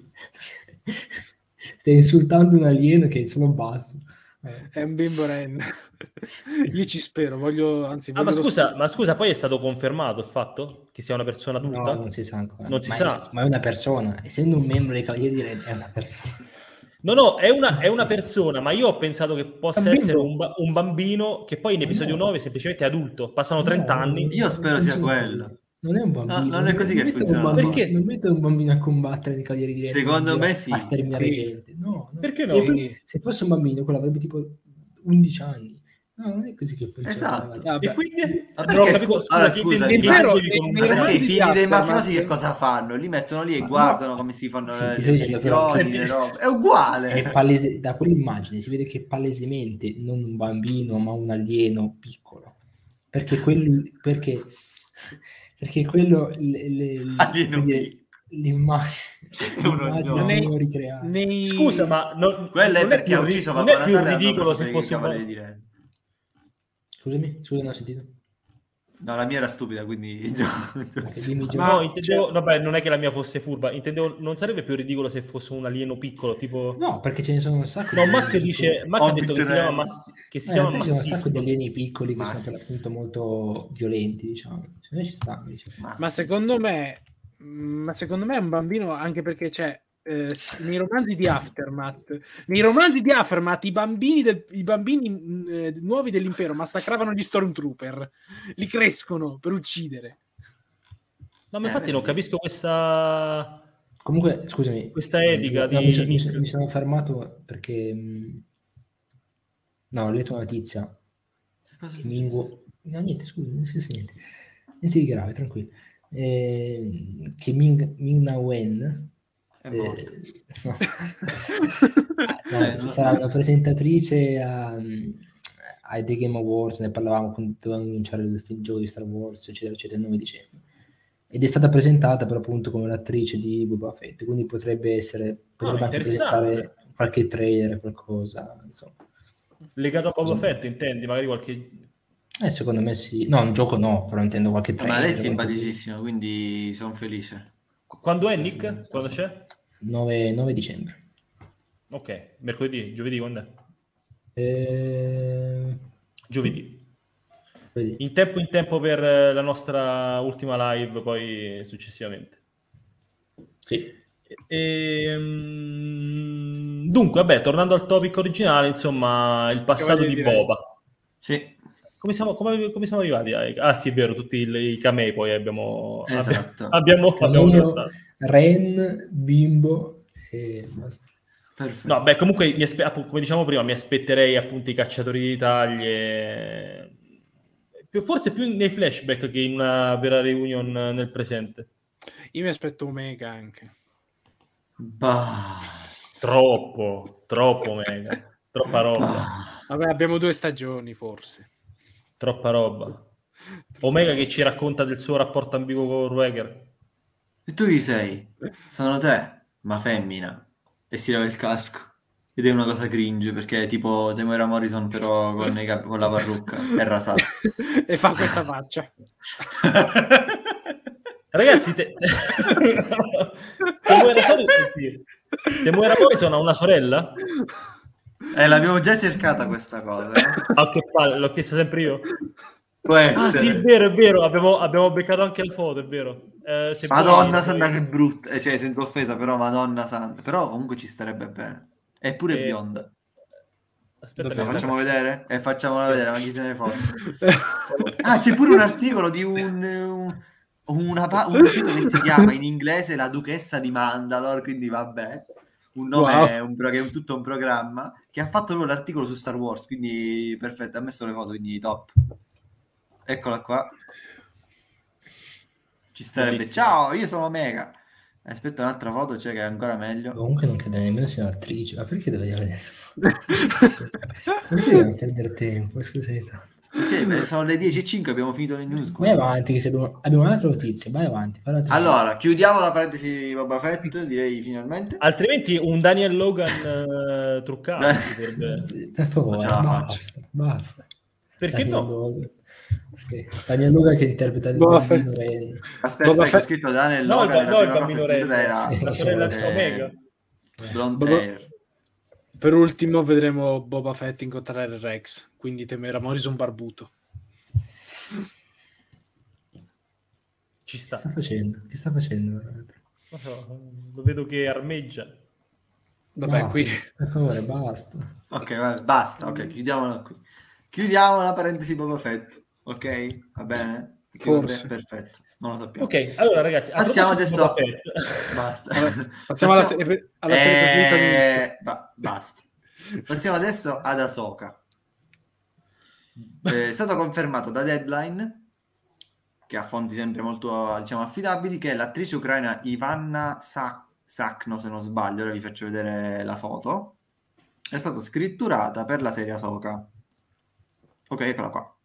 Stai insultando un alieno che è solo basso. Eh. È un Bimbo Ren. Io ci spero, voglio, anzi, Ah, voglio ma lo scusa, sp- ma scusa, poi è stato confermato il fatto che sia una persona adulta? No, non si sa ancora. Non si ma, sa. È, ma è una persona, essendo un membro dei Cavalieri di Ren, è una persona. No, no, è una, è una persona, ma io ho pensato che possa Un bimbo. essere un, ba- un bambino che poi in episodio No. nove semplicemente è adulto. Passano No, trenta no, anni. Io spero non sia funziona quello. così. Non è un bambino. No, non è così che mettono funziona un la bambino, Perché? non mettono un bambino a combattere nei Cavalieri di Ren. Secondo in giro me sì. A sterminare Sì. gente. No, no. Perché no? E poi, Sì. se fosse un bambino, quello avrebbe tipo undici anni. No, non è così che funziona. Esatto. ragazzi. Vabbè. E quindi... Ma Non ho perché, capito, scu- scusa, allora, che scusa, intendi- ma- che Però, intendi con un nei- Ma nei perché bambino? i romanzi figli di dei Aftermath- mafiosi che cosa fanno? Li mettono lì e Ma guardano no. come si fanno Sì, le, ti le sei dicendo però uccisioni, che- le robe. È uguale. È palese, da quell'immagine si vede che è palesemente non un bambino, ma un alieno piccolo. Perché quello, perché, perché quello le, le, Alieno come dire, piccolo. l'immagine, Uno l'immagine no. Non è- devono ricreare. nei- Scusa, ma non, Quello è non perché più ha ri- ucciso non Babbo è più Natale e hanno ridicolo preso se per i fosse un Cavalieri bambino. di Ren. Scusami, scusa, non ho sentito. No, la mia era stupida, quindi Ok, dimmi, Gio. Ma- No, intendevo, cioè- vabbè, non è che la mia fosse furba, intendevo, non sarebbe più ridicolo se fosse un alieno piccolo, tipo... No, perché ce ne sono un sacco. No, di Mac alieni dice, piccoli. Mac ha Hobbit detto che si Ren. chiama, Massi, che si Eh, chiama in realtà ci sono un sacco di Massif. alieni piccoli che Massif. sono per l'appunto molto violenti, diciamo. Secondo me ci sta. Invece. Ma secondo me, ma secondo me è un bambino, anche perché c'è eh, nei romanzi di Aftermath, nei romanzi di Aftermath i bambini, del, i bambini eh, nuovi dell'impero massacravano gli Stormtrooper, li crescono per uccidere. No, ma Eh, infatti vedi. non capisco questa... Comunque, scusami. Questa etica no, di mi, so- mi Nick. so- mi sono fermato perché... mh, no, ho letto una notizia. Cosa è che Mingu... successo? No, niente, scusa, non è successo niente. Niente di grave, tranquillo. Eh, che Ming, Ming Na Wen... È eh, morto. no. Eh, No, non lo sarà so. una presentatrice a, ai The Game Awards, ne parlavamo quando dovevano annunciare il film gioco di Star Wars, eccetera, eccetera, il nove dicembre. Ed è stata presentata per appunto come l'attrice di Boba Fett, quindi potrebbe essere, potrebbe Ah, anche interessante. presentare qualche trailer, qualcosa, insomma. Legato a Boba Sì. Fett, intendi? Magari qualche... Eh, secondo me sì. No, un gioco no, però intendo qualche No, trailer. ma lei è qualche- simpaticissima, quindi sono felice. Quando è, Sì, Nick? sì, Quando sì. c'è? nove, nove dicembre. Ok, mercoledì, giovedì, quando è? Eh, Giovedì. vedi. In tempo in tempo per eh, la nostra ultima live, poi successivamente. Sì. E, mm, dunque, vabbè, tornando al topic originale, insomma, il passato di Boba. Sì. Come siamo, come, come siamo arrivati? Ah sì, è vero, tutti i, i camei poi abbiamo... Esatto. Abbiamo, abbiamo Camino, Ren, Bimbo e basta. Perfetto. No, beh, comunque, mi aspe- come diciamo prima, mi aspetterei appunto i cacciatori di taglie... Più- forse più nei flashback che in una vera reunion nel presente. Io mi aspetto Omega anche. Bah. Troppo, troppo Omega. Troppa roba. Bah. Vabbè, abbiamo due stagioni forse. Troppa roba. Omega che ci racconta del suo rapporto ambiguo con Rueger. E tu chi sei? Sono te, ma femmina. E si leva il casco. Ed è una cosa cringe, perché è tipo Temuera Morrison però con, i cap- con la parrucca e rasato. E fa questa faccia. Ragazzi, te... Temuera Morrison, sì. Temuera Morrison ha una sorella? Eh, l'abbiamo già cercata questa cosa. Eh? Ah, che palle, l'ho chiesta sempre io. Può essere. Ah sì, è vero, è vero, abbiamo, abbiamo beccato anche la foto, è vero. Eh, se Madonna vuoi- santa che brutta, eh, cioè sento offesa, però Madonna santa, però comunque ci starebbe bene. È pure Eh, bionda. Aspetta, La che facciamo sta- vedere? E facciamola vedere, ma chi se ne fotte? Ah, c'è pure un articolo di un, un, una pa- un sito che si chiama in inglese La Duchessa di Mandalore, quindi vabbè, un nome, Wow. un pro- che è un- tutto un programma, che ha fatto proprio l'articolo su Star Wars, quindi perfetto, ha messo le foto, quindi top. Eccola qua. Ci starebbe. Bellissimo. Ciao, io sono Omega. Aspetta un'altra foto, c'è che è ancora meglio. Comunque non credo nemmeno sia un'attrice. Ma perché dovevo vedere? Perché dobbiamo perdere tempo? Scusate. Perché beh, sono le dieci e cinque, abbiamo finito le news. Vai avanti, che se abbiamo, abbiamo un'altra notizia. Vai avanti. fai un'altra Allora, chiudiamo la parentesi Boba Fett, direi finalmente. Altrimenti un Daniel Logan eh, truccato. Dai. potrebbe- notizia. Per favore, Non ce la basta, basta. Perché Daniel no? Logan. Sì, Daniel Logan che interpreta il Boba bambino Ren. Aspetta, Boba aspetta, ho Fett- scritto Daniel No, il, Logan, ba- la no, il prima cosa bambino che scritta Ren, era Sì, la lo so, sorella eh, di Omega. Blonde Boba- Hair. Per ultimo vedremo Boba Fett incontrare Rex, quindi Temuera Morrison barbuto. Ci Che sta. sta facendo? Che sta facendo? Non so, lo vedo che armeggia. Vabbè, Basta, qui per favore, basta. Ok, va- basta, ok, chiudiamola qui. Chiudiamo la parentesi Boba Fett, ok? Va bene? Forse. Perfetto, non lo sappiamo. Ok, allora ragazzi, a Passiamo proposito di adesso- Boba Fett, Basta. Allora, passiamo alla Passiamo- serie- alla serie preferita di Eh, ba- basta. Passiamo adesso ad Ahsoka. Eh, È stato confermato da Deadline, che ha fonti sempre molto, diciamo, affidabili, che è l'attrice ucraina Ivanna Sak- Sakno, se non sbaglio, ora vi faccio vedere la foto, è stata scritturata per la serie Ahsoka. Ok, eccola qua.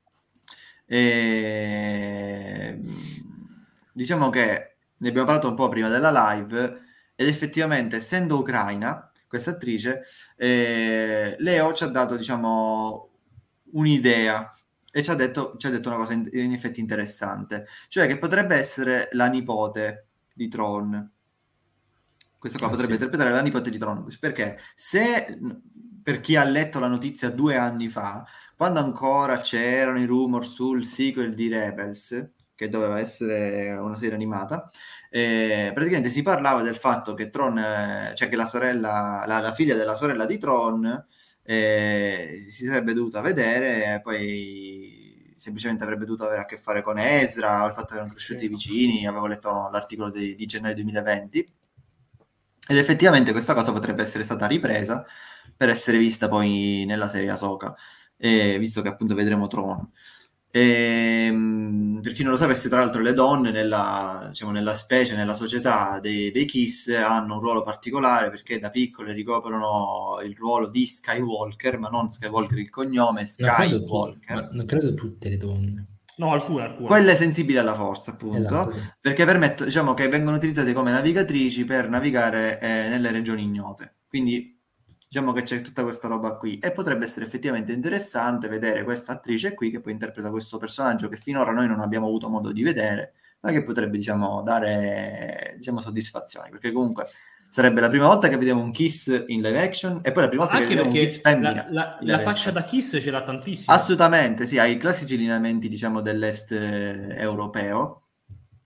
E... diciamo che ne abbiamo parlato un po' prima della live, ed effettivamente, essendo ucraina, questa attrice, eh, Leo ci ha dato, diciamo, un'idea e ci ha detto, ci ha detto una cosa in, in effetti interessante, cioè che potrebbe essere la nipote di Tron. Questa qua Ah, potrebbe sì. interpretare la nipote di Tron, perché se, per chi ha letto la notizia due anni fa, quando ancora c'erano i rumor sul sequel di Rebels, che doveva essere una serie animata, eh, praticamente si parlava del fatto che Tron, eh, cioè che la sorella, la, la figlia della sorella di Tron eh, si sarebbe dovuta vedere e poi semplicemente avrebbe dovuto avere a che fare con Ezra, o il fatto che erano cresciuti vicini. Avevo letto l'articolo di, di gennaio duemilaventi ed effettivamente questa cosa potrebbe essere stata ripresa per essere vista poi nella serie Ahsoka, eh, visto che appunto vedremo Tron. E, per chi non lo sapesse, tra l'altro le donne nella, diciamo, nella specie, nella società dei, dei Kiss hanno un ruolo particolare, perché da piccole ricoprono il ruolo di Skywalker, ma non Skywalker il cognome, Non credo, tu- Skywalker. ma non credo tutte le donne. no, alcune, alcune. Quelle sensibili alla forza, appunto, Esatto. perché permettono, diciamo che vengono utilizzate come navigatrici per navigare eh, nelle regioni ignote. Quindi diciamo che c'è tutta questa roba qui e potrebbe essere effettivamente interessante vedere questa attrice qui che poi interpreta questo personaggio che finora noi non abbiamo avuto modo di vedere, ma che potrebbe, diciamo, dare, diciamo, soddisfazioni, perché comunque sarebbe la prima volta che vediamo un Kiss in live action e poi la prima volta che Anche vediamo un perché Kiss femmina la, la- in la live faccia action. da Kiss ce l'ha tantissimo. Assolutamente, sì, ha i classici lineamenti, diciamo, dell'est eh, europeo,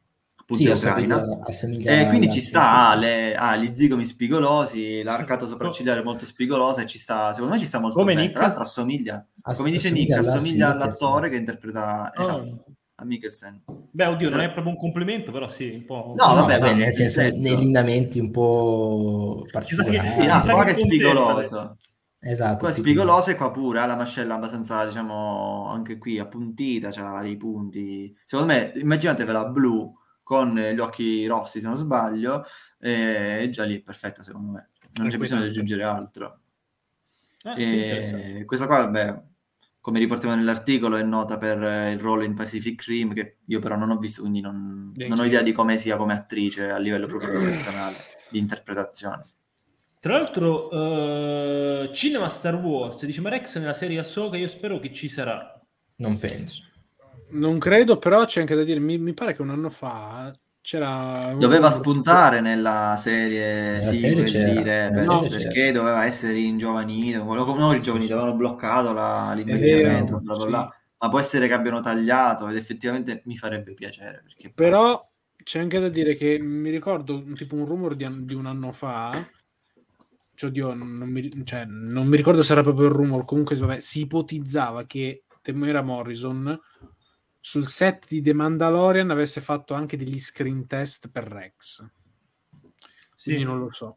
appunto Sì, è assomiglia, ucraina. assomiglia E quindi alla ci sua- sta, ha, le- ha gli zigomi spigolosi, l'arcato sopraccigliare molto spigolosa e ci sta, secondo me ci sta molto Come bene. Nick? Tra l'altro assomiglia, ass- come dice assomiglia Nick, a Lars assomiglia Mikkelsen. all'attore che interpreta, Oh. esatto, a Mikkelsen. Beh, oddio, non Sare- è proprio un complimento, però sì, un po'. No, No, vabbè, vabbè, ma nel nel senso, senso- nei lineamenti un po' Chissà che- Sì, particolari. ah, chissà qua che che è contenta spigoloso. Esatto, Qua è spigoloso. spigoloso e qua pure ha la mascella abbastanza, diciamo, anche qui appuntita, c'ha vari punti. Secondo me, immaginatevela blu con gli occhi rossi, se non sbaglio, e già lì è perfetta, secondo me. Non c'è bisogno di aggiungere altro. Ah, sì, E interessante. questa qua, beh, come riportiamo nell'articolo, è nota per eh, il ruolo in Pacific Rim, che io però non ho visto, quindi non, non ho idea di come sia come attrice a livello proprio professionale di interpretazione. Tra l'altro, eh, Cinema Star Wars dice: ma Rex nella serie Ahsoka, io spero che ci sarà. Non penso. Non credo, però c'è anche da dire, mi, mi pare che un anno fa c'era... un- Doveva spuntare nella serie Nella sequel serie di c'era, Rebels, nella serie perché doveva essere ringiovanito, non ringiovanito, avevano bloccato la, l'invecchiamento, vero, bla bla sì. bla. Ma può essere che abbiano tagliato ed effettivamente mi farebbe piacere. Perché Però c'è anche da dire che mi ricordo tipo un rumor di, an- di un anno fa, cioè, oddio, non, non mi, cioè, non mi ricordo se era proprio il rumor, comunque vabbè, si ipotizzava che Temuera Morrison sul set di The Mandalorian avesse fatto anche degli screen test per Rex. Quindi Sì. non lo so.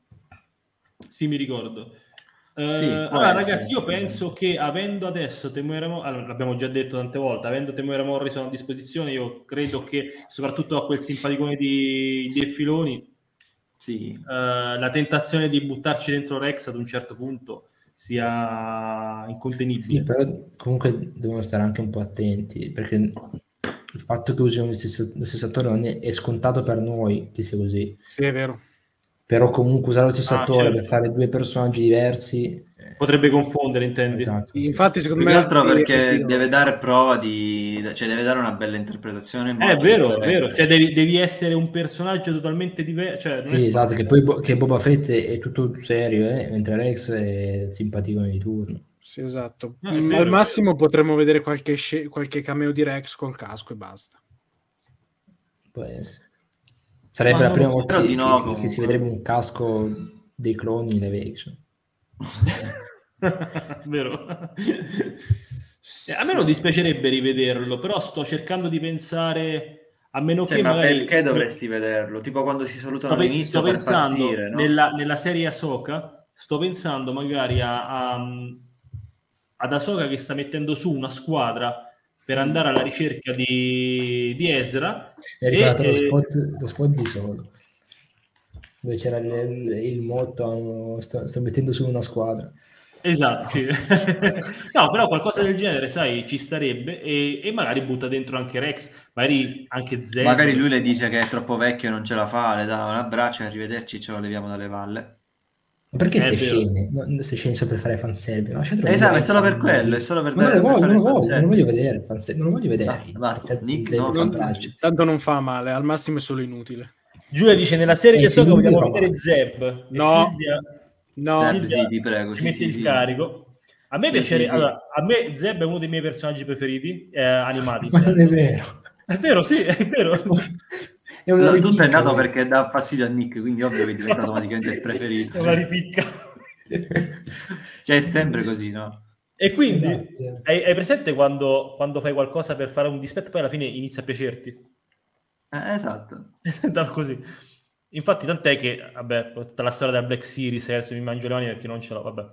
Sì, mi ricordo. Eh, Sì, può allora, essere, ragazzi, io effettivamente. penso che avendo adesso Temuera Mo- allora, l'abbiamo già detto tante volte, avendo Temuera Morrison a disposizione, io credo che soprattutto a quel simpaticone di, di Filoni, Sì. eh, la tentazione di buttarci dentro Rex ad un certo punto sia incontenibile. Sì, però comunque devono stare anche un po' attenti, perché il fatto che usino lo stesso, lo stesso attore non è, è scontato per noi che sia così, Sì, è vero. però comunque usare lo stesso Ah, attore certo. per fare due personaggi diversi eh, Potrebbe confondere, intendi? esatto, Sì, sì. infatti secondo Più me che altro sì, perché effettivamente. deve dare prova di... cioè deve dare una bella interpretazione È molto vero, è differente. vero, cioè devi, devi essere un personaggio totalmente diverso, cioè non Sì, è esatto, facile. che poi Bo- che Boba Fett è, è tutto serio, eh, mentre Rex è il simpaticone di turno. Sì, esatto. No, è Mm, vero, al è massimo potremmo vedere qualche, sce- qualche cameo di Rex col casco e basta. Può essere. Sarebbe Ma la non prima lo so, volta però che, di no, che- che comunque. si vedrebbe un casco dei cloni in live action. Vero? Eh, A me non dispiacerebbe rivederlo, però sto cercando di pensare, a meno Cioè, che ma magari... perché dovresti vederlo? Tipo quando si salutano Sto, pe- all'inizio sto per pensando partire, no? nella, nella serie Ahsoka, sto pensando magari a, a- ad Ahsoka che sta mettendo su una squadra per andare alla ricerca di, di Ezra. Mi ha ricordato e, lo, eh, spot, lo spot di Solo, dove c'era il, il, il motto sto, sto mettendo su una squadra. Esatto, sì. No, però qualcosa del genere, sai, ci starebbe e, e magari butta dentro anche Rex, magari anche Zeb. Magari lui le dice che è troppo vecchio e non ce la fa, le dà un abbraccio e arrivederci, ce lo leviamo dalle valle. Ma perché È ste vero. scene? No, queste scene sono per fare fanservice. Lasciatelo Esatto, è vedere solo per Zeb quello, di- è solo per Ma non dare- lo per voglio, fare non lo voglio, non lo voglio fanservice. vedere, il fanservice, non lo voglio vedere. Basta, basta. Fanservice di Nick, Zeb no, con fanservice. braccia. Tanto non fa male, al massimo è solo inutile. Giulia dice nella serie Eh, di Ahsoka sì, vogliamo lui fa vedere male. Zeb. E No. Silvia, No, Zeb, Silvia sì, ti prego, ci sì, mette sì, il sì. carico. A me Sì, piacerebbe, sì, sì. allora, a me Zeb è uno dei miei personaggi preferiti, eh, animati. Ma non è vero. È vero, sì, è vero. È una No, tutto ripicca è nato questo. perché dà fastidio a Nick, quindi ovvio che diventa automaticamente il preferito. È una ripicca. Cioè, è sempre così, no? E quindi, Esatto, sì. hai, hai presente quando, quando fai qualcosa per fare un dispetto, poi alla fine inizia a piacerti? Eh, esatto. Dal così. Infatti, tant'è che, vabbè, tutta la storia della Black Series, eh, se mi mangio le mani perché non ce l'ho, vabbè.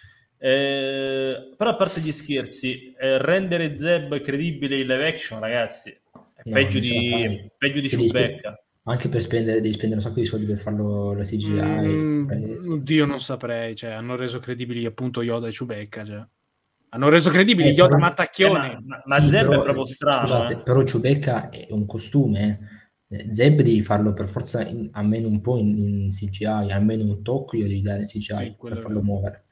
Eh, però a parte gli scherzi, eh, rendere Zeb credibile in live action, ragazzi, è No, peggio non ce la di, fai. peggio di Che devi spe- Chewbacca. Anche per spendere, devi spendere un sacco di soldi per farlo la C G I. Mm, tutte queste- oddio, non saprei. Cioè, hanno reso credibili appunto Yoda e Chewbacca. Cioè. Hanno reso credibili Eh, Yoda però- Mattacchione. Eh, ma, ma, ma Sì, Zeb però, è proprio strano, scusate, eh. però Chewbacca è un costume. eh. Zeb devi farlo per forza in- almeno un po' in, in C G I, almeno un tocco io devi dare in C G I Sì, quello per è farlo vero. muovere.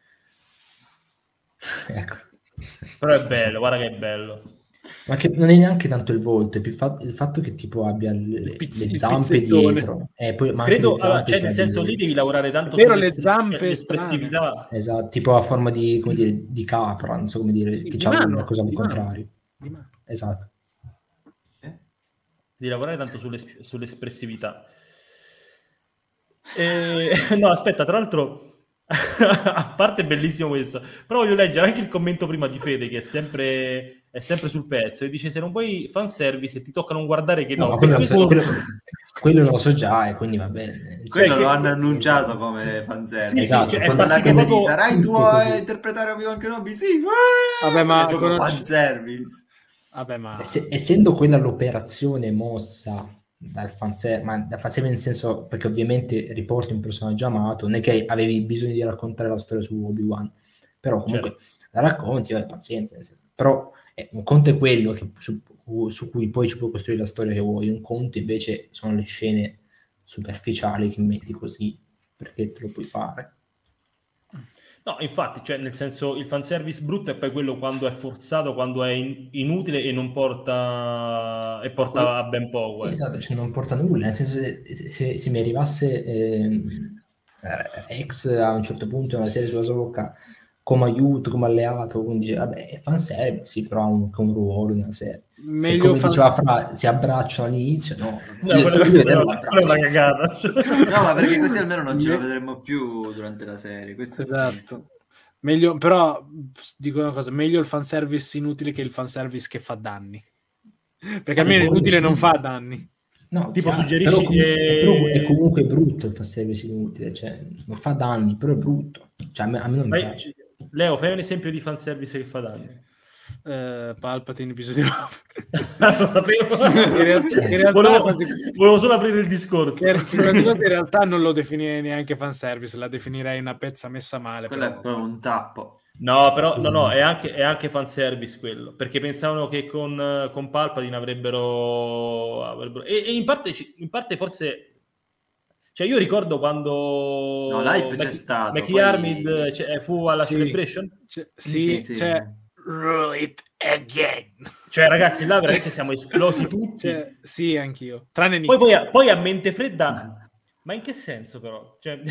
Ecco. Però è bello, guarda che è bello. Ma che non è neanche tanto il volto, è più fa- il fatto che tipo abbia le, pizzi- le il zampe pizzettone. dietro. Eh, poi, ma anche Credo, le zampe allora, cioè, ce nel l'ha senso, lui. lì devi lavorare tanto È vero, sulle le zampe sull'espressività. Esatto, tipo a forma di, come dire, di capra, non so come dire, Sì, che di c'ha mano, una cosa al di mano. contrario. Di mano. Esatto. Eh? di lavorare tanto sull'es- sull'espressività. E... no, aspetta, tra l'altro, a parte bellissimo questo, però voglio leggere anche il commento prima di Fede, che è sempre, è sempre sul pezzo, e dice: se non vuoi fanservice e ti tocca non guardare che no, No, per quello, questo... quello, quello lo so già e quindi va bene. Quello che- lo hanno annunciato come fanservice. Sì, sì, Esatto, cioè, è quello- Quella partito che mi proprio- dice, sarai tu tutto a così. interpretare Obi-Wan Kenobi? Sì, Vabbè, ma È proprio conosci- fanservice. Vabbè, ma Ess- essendo quella l'operazione mossa dal fanservice, ma da fanservice nel senso, perché ovviamente riporti un personaggio amato, non è che avevi bisogno di raccontare la storia su Obi-Wan, però comunque la racconti, vabbè, pazienza, nel senso. Però eh, un conto è quello che, su, su cui poi ci puoi costruire la storia che vuoi, un conto invece sono le scene superficiali che metti così perché te lo puoi fare. No, infatti, cioè, nel senso, il fanservice brutto è poi quello quando è forzato, quando è in- inutile e non porta e porta a ben poco. Sì, eh. esatto, cioè non porta nulla, nel senso se, se, se mi arrivasse ehm, Rex a un certo punto in una serie sulla Socca come aiuto, come alleato, quindi dice, vabbè, è fanservice, sì, però ha un, ha un ruolo nella serie. Se, meglio come fan- diceva Fra, si abbracciano all'inizio, no. No, Io- quello, io vedevo quello- quello è una l'abbraccio. cagata. No, ma perché così almeno non ce lo Me- vedremo più durante la serie. Questo è il senso. Esatto. Meglio, però dico una cosa, meglio il fanservice inutile che il fanservice che fa danni. Perché almeno quello inutile sì. non fa danni. No, Tipo, chiaro, suggerisci però, comunque, che- però è comunque brutto il fanservice inutile, cioè non fa danni, però è brutto, cioè a me, a me non mi Fai- piace. Leo, fai un esempio di fanservice che fa danni. Eh, Palpatine episodio nove. Lo sapevo. In realtà- in realtà volevo, quasi- volevo solo aprire il discorso. Che- che quasi quasi in realtà non lo definirei neanche fanservice, la definirei una pezza messa male. Quello è Però. proprio un tappo. No, però Sì. no, no, è anche, è anche fanservice quello, perché pensavano che con, con Palpatine avrebbero, avrebbero- e, e in parte ci- in parte forse, cioè io ricordo quando No, l'hype c'è Mac- stato, McLeod poi- cioè, fu alla Sì. Celebration, Cioè, sì, Sì, sì. cioè rule it again. cioè ragazzi là veramente siamo esplosi tutti. Cioè, sì, anch'io. Tranne Nick. Poi, poi, a, poi a mente fredda, ma in che senso però? Cioè...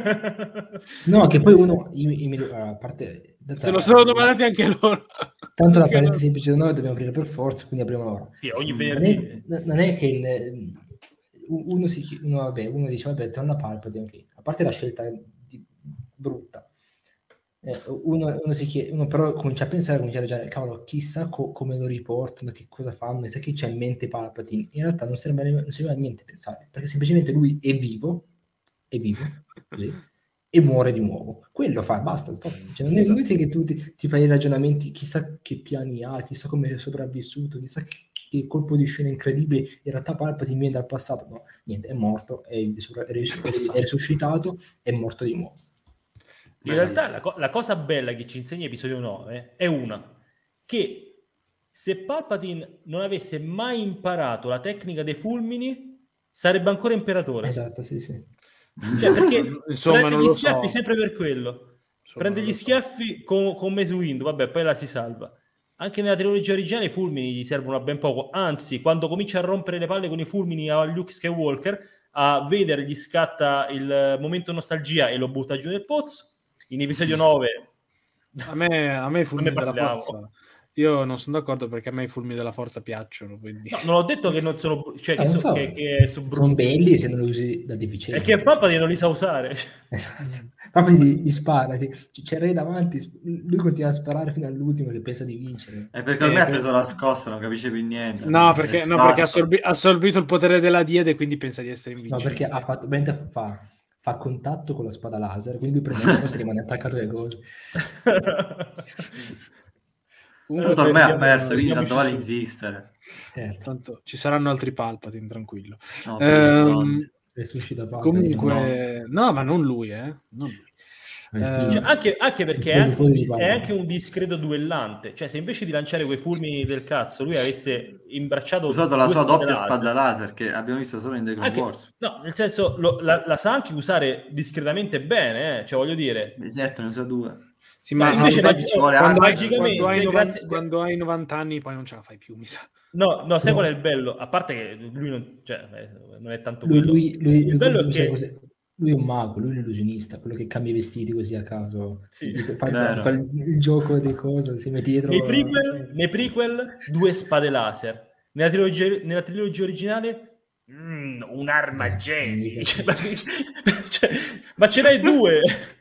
No, che poi uno, io, io mi- allora, a parte, Se lo sono domandati anche loro. tanto la Anche loro. parentesi episodio nove dobbiamo aprire per forza, quindi apriamo ora. Sì, ogni Non venerdì. è, non è che il, uno, si, chi- uno, vabbè, uno dice vabbè torna Palpatine, ok. A parte la scelta di- brutta, eh, uno, uno, si chiede, uno però comincia a pensare, comincia a ragionare, cavolo, chissà co- come lo riportano, che cosa fanno, chissà chi c'ha in mente Palpatine. In realtà non serve, non serve a niente pensare, perché semplicemente lui è vivo, è vivo, così, e muore di nuovo. Quello fa, basta, stop. Cioè, non è inutile che tu ti, ti fai i ragionamenti, chissà che piani ha, chissà come è sopravvissuto, chissà che, che colpo di scena incredibile, in realtà Palpatine viene dal passato, no, niente, è morto, è, è, ris- è risuscitato, è morto di nuovo. In realtà la, co- la cosa bella che ci insegna episodio nove è una, che se Palpatine non avesse mai imparato la tecnica dei fulmini, sarebbe ancora imperatore. Esatto, sì, sì. Cioè, perché Insomma, prende non gli lo schiaffi so. sempre per quello. Insomma, prende non gli lo so. schiaffi con, con Mace Windu, vabbè, poi la si salva. Anche nella trilogia originale i fulmini gli servono a ben poco, anzi, quando comincia a rompere le palle con i fulmini a Luke Skywalker, a Vader gli scatta il momento nostalgia e lo butta giù nel pozzo. In episodio nove A me, a me i fulmini Non ne della parliamo. forza. Io non sono d'accordo perché a me i fulmini della forza piacciono. Quindi... no, non ho detto che non sono bru- cioè Eh, che, non so- so, che, che sono sono brutti. belli se non li usi da deficiente. È che Palpatine non li sa usare. Esatto. Proprio gli, gli spara, ti- c'è Re davanti, sp- lui continua a sparare fino all'ultimo che pensa di vincere. È perché ormai Eh, ha preso la scossa, non capisce più niente. No, perché, È no, perché ha sfatto. assorbi- ha assorbito il potere della Diade e quindi pensa di essere No, invincibile. perché ha fatto, Benta fa, fa contatto con la spada laser, quindi lui prende la scossa e rimane attaccato alle cose. Comunque, Tanto ormai ha perdiamo- perso, quindi tanto perdiamoci vale su. insistere. Certo, tanto ci saranno altri Palpatine, tranquillo. No, Ehm, resuscita Palpatine. comunque, no, ma non lui, eh. Non lui. Il eh, film. Cioè, anche, anche perché è Il anche, nipote di un, è Palpatine. anche un discreto duellante. Cioè, se invece di lanciare quei fulmini del cazzo, lui avesse imbracciato ha usato la due sua spade doppia laser, spada laser che abbiamo visto solo in The Clone anche- Wars. no, nel senso, lo- la, la sa anche usare discretamente bene, eh? Cioè, voglio dire, Certo, ne usa due. Sì, ma ma invece quando, la- ci vuole quando hai, magicamente, quando hai novanta, grazie- quando hai novanta anni poi non ce la fai più, mi sa. no, no, sai No. qual è il bello? A parte che lui non, cioè, eh, non è tanto Lui, quello. lui, lui, il lui- bello lui è sai che cos'è? Lui è un mago, lui è un illusionista, quello che cambia i vestiti così a caso. Sì, Gli fa, vero. fa il, il gioco delle cose, si mette dietro. nei prequel, nei prequel due spade laser. nella trilogia, nella trilogia originale mm, un'arma Jedi. Cioè, ma, cioè, ma ce n'hai due.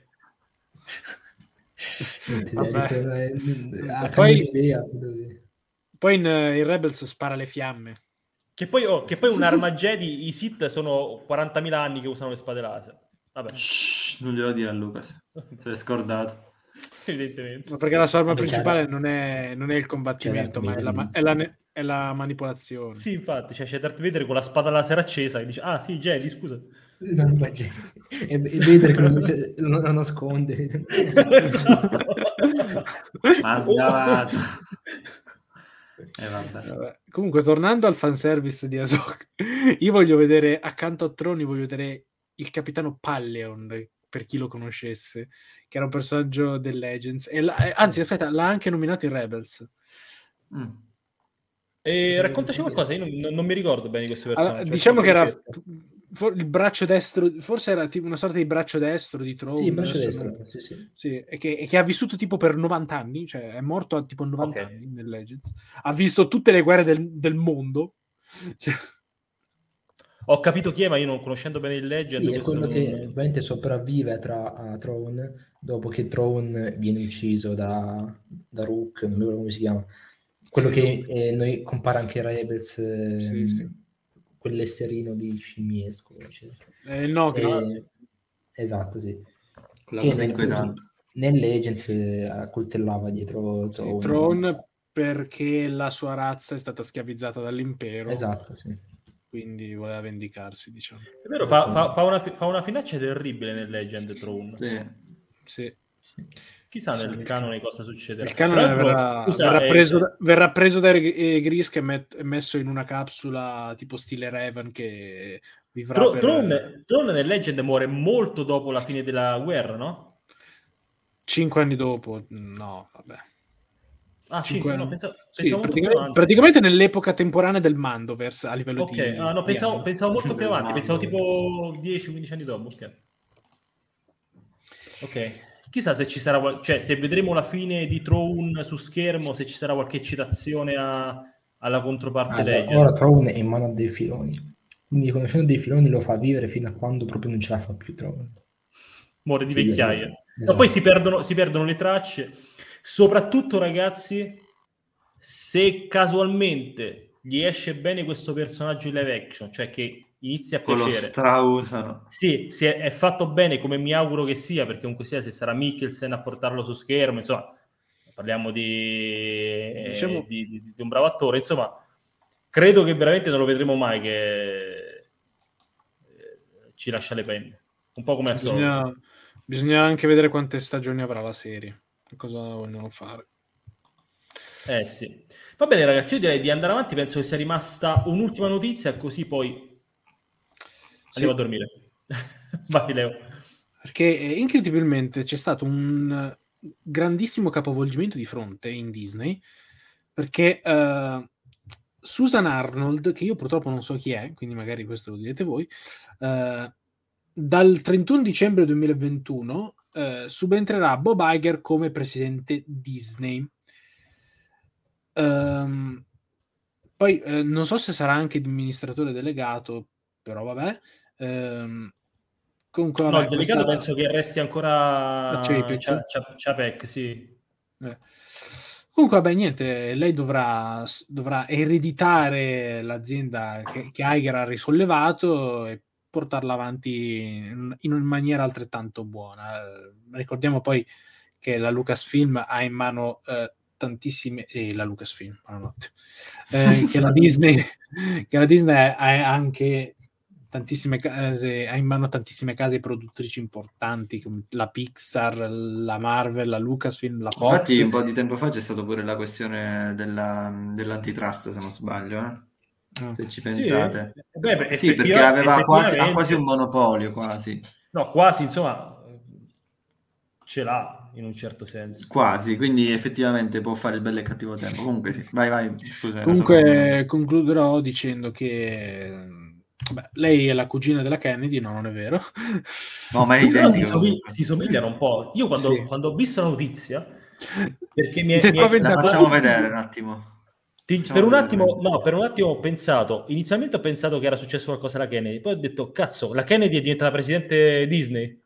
Poi, poi in, in Rebels spara le fiamme. Che poi, oh, che poi un'arma Jedi, i Sith sono quarantamila anni che usano le spade laser. Vabbè. Shh, non glielo dire a Lucas, se l'è scordato. Evidentemente. Ma perché la sua arma Vabbè, principale c'era... non è, non è il combattimento, ma è la, è, la, è la manipolazione. Sì, infatti, cioè, c'è Darth Vader con la spada laser accesa che dice, ah sì, Jedi, scusa. Non e, e Vader che lo, lo, lo nasconde. Ma sgavato. Eh, vabbè. Vabbè. Comunque, tornando al fanservice di Ahsoka, io voglio vedere, accanto a Troni, voglio vedere il capitano Palleon, per chi lo conoscesse, che era un personaggio del Legends. E la, anzi, aspetta, l'ha anche nominato in Rebels. Mm. E raccontaci qualcosa, io non, non mi ricordo bene di questo personaggio. Allora, diciamo che era for, il braccio destro, forse era tipo una sorta di braccio destro di Throne. Sì, il braccio destro, non... sì, sì. Sì, e, che, e che ha vissuto tipo per novanta anni, cioè è morto a tipo novanta okay. anni nel Legends. Ha visto tutte le guerre del, del mondo. Cioè... Ho capito chi è, ma io non conoscendo bene il Legend... Sì, è quello non... che ovviamente sopravvive tra a Throne dopo che Throne viene ucciso da, da Rook, non mi ricordo come si chiama. Quello sì, che eh, noi compara anche Rebels, eh, sì, sì. quell'esserino di scimmiesco. Eh, no, che... eh, sì. Esatto, sì. Con la che cosa nel, inquietante. Nel Legends eh, accoltellava dietro Throne. Sì, Throne perché la sua razza è stata schiavizzata dall'impero. Esatto, sì. Quindi voleva vendicarsi, diciamo. È vero, fa, fa, fa, una, fa una finaccia terribile nel Legend Throne. Sì. Sì. Sì. Chissà nel canone cosa succederà. Il canone verrà, scusa, verrà, preso, eh, verrà preso da Gris che è messo in una capsula tipo stile Raven che vivrà Tro, per... Throne, Throne nel Legend muore molto dopo la fine della guerra, no? Cinque anni dopo, no, vabbè. Ah, cinque anni. No, pensavo, sì, pensavo praticamente, molto praticamente nell'epoca temporanea del Mandoverse a livello ok, di... ah, no, pensavo, di pensavo molto più avanti, pensavo tipo dieci undici anni dopo. Ok. Ok. Chissà se ci sarà, cioè se vedremo la fine di Throne su schermo, se ci sarà qualche citazione a, alla controparte allora, Legend. Ora Throne è in mano a dei filoni, quindi conoscendo dei filoni lo fa vivere fino a quando proprio non ce la fa più Throne. Muore di sì, vecchiaia. Esatto. Ma poi si perdono, si perdono le tracce. Soprattutto, ragazzi, se casualmente gli esce bene questo personaggio in live action, cioè che inizia a piacere, lo strausano. Sì, si è, è fatto bene come mi auguro che sia, perché comunque sia se sarà Mikkelsen a portarlo su schermo, insomma, parliamo di, diciamo... eh, di, di, di un bravo attore, insomma, credo che veramente non lo vedremo mai che eh, ci lascia le penne, un po' come al bisogna, solito. Bisogna anche vedere quante stagioni avrà la serie, cosa vogliono fare. Eh sì. Va bene ragazzi, io direi di andare avanti, penso che sia rimasta un'ultima notizia, così poi andiamo sì. a dormire. Vai Leo. Perché incredibilmente c'è stato un grandissimo capovolgimento di fronte in Disney, perché uh, Susan Arnold, che io purtroppo non so chi è, quindi magari questo lo direte voi, uh, dal trentuno dicembre duemilaventuno uh, subentrerà Bob Iger come presidente Disney. Um, poi uh, non so se sarà anche amministratore delegato, però vabbè. Um, comunque, vabbè, no, il delegato questa... penso che resti ancora Chapek, Chapek, sì. Eh. Comunque, vabbè, niente, lei dovrà, dovrà ereditare l'azienda che, che Iger ha risollevato e portarla avanti in, in maniera altrettanto buona. Eh, ricordiamo poi che la Lucasfilm ha in mano eh, tantissime eh, la Lucasfilm, buonanotte, eh, che la Disney che la Disney ha anche tantissime case, ha in mano tantissime case produttrici importanti come la Pixar, la Marvel, la Lucasfilm, la Fox. Infatti un po' di tempo fa c'è stata pure la questione della, dell'antitrust, se non sbaglio, eh? Se ci pensate. Sì, Beh, sì perché aveva quasi, ha quasi un monopolio, quasi. No, quasi, insomma, ce l'ha in un certo senso. Quasi, quindi effettivamente può fare il bello e il cattivo tempo. Comunque sì, vai, vai. Scusa, comunque so concluderò dicendo che beh, lei è la cugina della Kennedy, no, non è vero. No, ma è identico, si, somig- si somigliano un po'. Io quando, sì. quando ho visto la notizia, perché mi è, mi mi è la facciamo vedere un attimo. Ti- per un attimo, no, per un attimo ho pensato, inizialmente ho pensato che era successo qualcosa alla Kennedy, poi ho detto, cazzo, la Kennedy è diventata presidente Disney?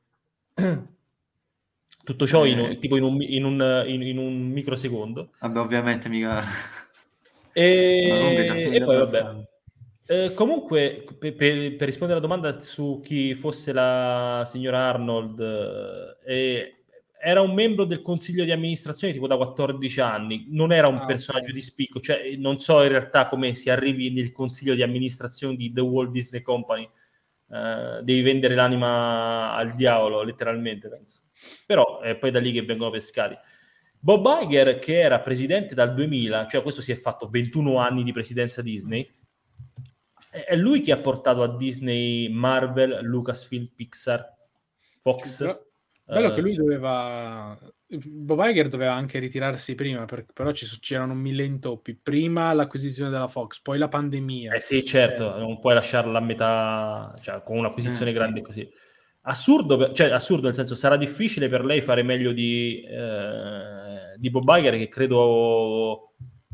Tutto ciò in, un- Eh. tipo in un, in un- in- in un microsecondo. Vabbè, ovviamente mica... E, Ma comunque ci e assomiglia poi vabbè. abbastanza. Eh, comunque, per, per- per rispondere alla domanda su chi fosse la signora Arnold, eh, era un membro del consiglio di amministrazione tipo da quattordici anni, non era un Ah, personaggio ok. di spicco, cioè non so in realtà come si arrivi nel consiglio di amministrazione di The Walt Disney Company. Eh, devi vendere l'anima al diavolo, letteralmente, penso. Però è poi da lì che vengono pescati. Bob Iger, che era presidente dal duemila, cioè questo si è fatto ventuno anni di presidenza Disney, è lui che ha portato a Disney Marvel, Lucasfilm, Pixar, Fox. Sì, però- bello eh, che lui doveva... Bob Iger doveva anche ritirarsi prima, per- però ci, c'erano mille intoppi. Prima l'acquisizione della Fox, poi la pandemia. Eh sì, certo, non puoi lasciarla a metà, cioè con un'acquisizione Eh, sì. grande così. Assurdo, per- cioè assurdo nel senso, sarà difficile per lei fare meglio di, eh, di Bob Iger, che credo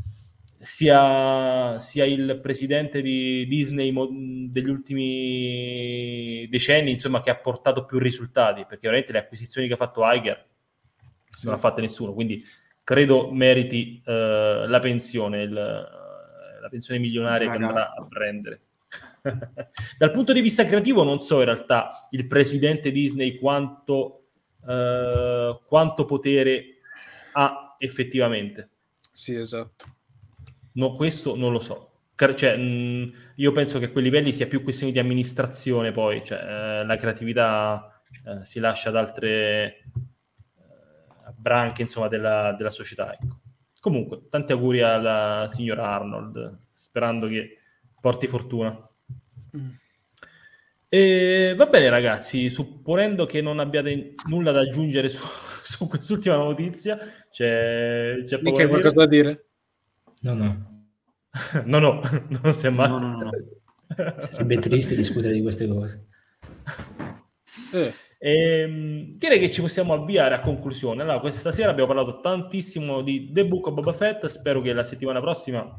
sia, sia il presidente di Disney mo- degli ultimi decenni, insomma, che ha portato più risultati, perché veramente le acquisizioni che ha fatto Iger non ha fatte nessuno, quindi credo meriti eh, la pensione, il, la pensione milionaria che andrà Ragazzo. a prendere. Dal punto di vista creativo non so in realtà il presidente Disney quanto, eh, quanto potere ha effettivamente. Sì, esatto. No, questo non lo so. Car- cioè, mh, io penso che a quei livelli sia più questione di amministrazione poi, cioè, eh, la creatività eh, si lascia ad altre eh, branche, insomma, della, della società. Ecco. Comunque, tanti auguri alla signora Arnold, sperando che porti fortuna. Mm. E va bene ragazzi, supponendo che non abbiate nulla da aggiungere su, su quest'ultima notizia, c'è, c'è poco Mica hai da dire? qualcosa da dire? No, no. No, no, non si è mai. No, no, no, no. Sarebbe triste discutere di queste cose. Eh, Ehm, direi che ci possiamo avviare a conclusione. Allora, questa sera abbiamo parlato tantissimo di The Book of Boba Fett. Spero che la settimana prossima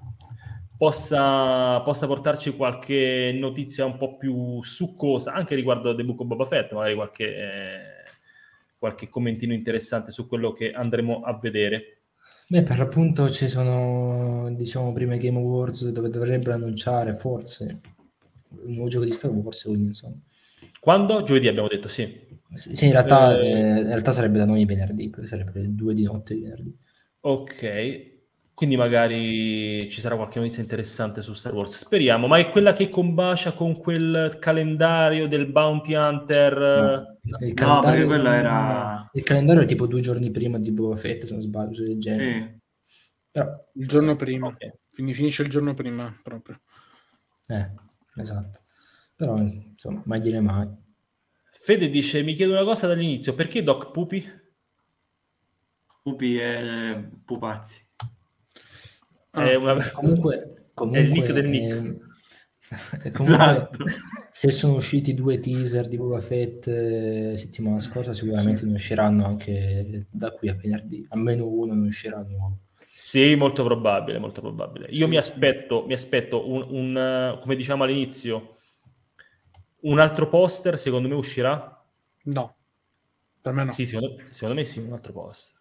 possa, possa portarci qualche notizia un po' più succosa anche riguardo a The Book of Boba Fett, magari qualche, eh, qualche commentino interessante su quello che andremo a vedere. Beh, per l'appunto ci sono, diciamo, prime Game Awards dove dovrebbero annunciare forse un nuovo gioco di Star Wars, quindi insomma. Quando? Giovedì abbiamo detto, sì. Sì, sì, in realtà, Eh, eh, in realtà sarebbe da noi venerdì, perché sarebbe le due di notte di venerdì. Ok, quindi magari ci sarà qualche notizia interessante su Star Wars, speriamo, ma è quella che combacia con quel calendario del Bounty Hunter? No, il No, perché calendario, quello era... il calendario è tipo due giorni prima di Boba Fett, se non sbaglio, cose del genere. Sì. Però, il giorno sì, prima. ok. Quindi finisce il giorno prima proprio. eh, esatto. Però, insomma, mai dire mai. Fede dice, mi chiedo una cosa dall'inizio, perché Doc Pupi? Pupi e pupazzi. Ah, È una... Comunque, comunque, È il nick del nick. eh, comunque Esatto. se sono usciti due teaser di Boba Fett eh, settimana scorsa, sicuramente Sì. ne usciranno anche da qui a venerdì. Almeno uno ne uscirà nuovo. Sì, molto probabile, molto probabile. Io Sì, mi aspetto, mi aspetto un, un, uh, come diciamo all'inizio, un altro poster, secondo me uscirà? No, per me no. Sì, secondo, secondo me sì, un altro poster.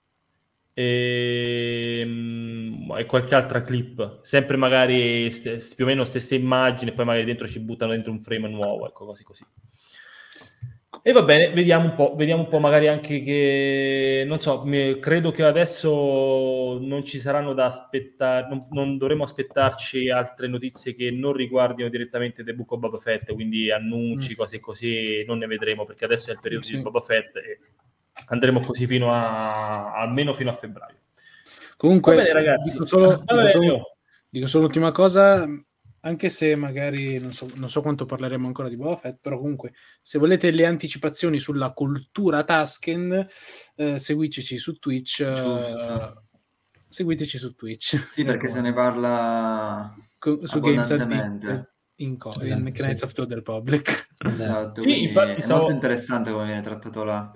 E, e qualche altra clip, sempre magari st- più o meno stesse immagini, poi magari dentro ci buttano dentro un frame nuovo, ecco, così così. E va bene, vediamo un po', vediamo un po' magari anche che, non so, mi- credo che adesso non ci saranno da aspettare, non, non dovremo aspettarci altre notizie che non riguardino direttamente The Book of Boba Fett, quindi annunci, Mm. cose così, non ne vedremo, perché adesso è il periodo Sì. di Boba Fett e andremo così fino a, almeno fino a febbraio. Comunque, Va bene, ragazzi. dico solo, Va dico bene, solo- io. dico solo l'ultima cosa, anche se magari non so, non so quanto parleremo ancora di Boba Fett, però comunque se volete le anticipazioni sulla cultura Tusken, eh, seguiteci su Twitch. eh, Giusto. seguiteci su Twitch. Sì, perché se ne parla Co- su Games abbondantemente. Addict in, co- Esatto, in Knights sì. of the Old Republic. Esatto, Sì, quindi infatti è stavo- molto interessante come viene trattato là.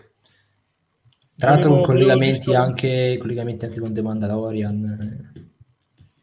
Tra l'altro con Volevo- volevo collegamenti giusto- anche, collegamenti anche con The Mandalorian.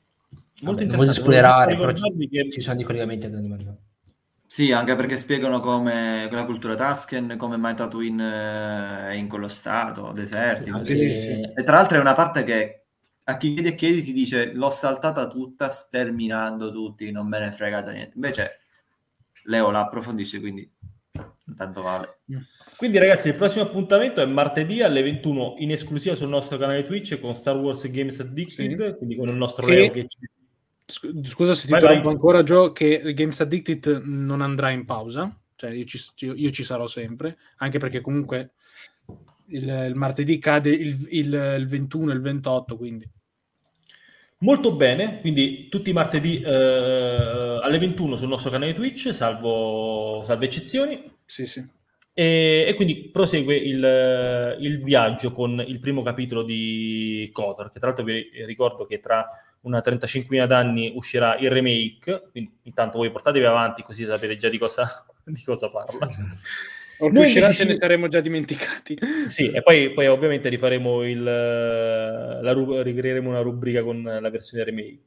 molto Vabbè, non voglio interessante. spoilerare, Volevo però giusto ci, ricordarvi che- ci sono dei collegamenti ad Animal Crossing. Sì, anche perché spiegano come quella cultura Tusken, come mai Tatooine è in quello stato, deserti. Anche- così. sì. E tra l'altro è una parte che a chi chiedi e chiedi si dice l'ho saltata tutta sterminando tutti, non me ne è fregata niente. Invece Leo la approfondisce, quindi tanto vale. Quindi ragazzi, il prossimo appuntamento è martedì alle ventuno in esclusiva sul nostro canale Twitch con Star Wars Games Addicted, Sì. quindi con il nostro Che- Leo che ci... Scu- Scusa se ti Vai, interrompo vai. ancora, Gio, che Games Addicted non andrà in pausa, cioè io ci, io ci sarò sempre, anche perché comunque il, il martedì cade il, il, il ventuno e il ventotto, quindi Molto bene, quindi tutti i martedì eh, alle ventuno sul nostro canale Twitch, salvo salve eccezioni. sì, sì. E, e quindi prosegue il, il viaggio con il primo capitolo di KOTOR, che tra l'altro vi ricordo che tra una trentacinquina d'anni uscirà il remake, quindi intanto voi portatevi avanti così sapete già di cosa, di cosa parla. O Noi uscirà, invece ce ne ci- saremmo già dimenticati. Sì, e poi, poi ovviamente rifaremo il, la, ru- ricreeremo una rubrica con la versione remake.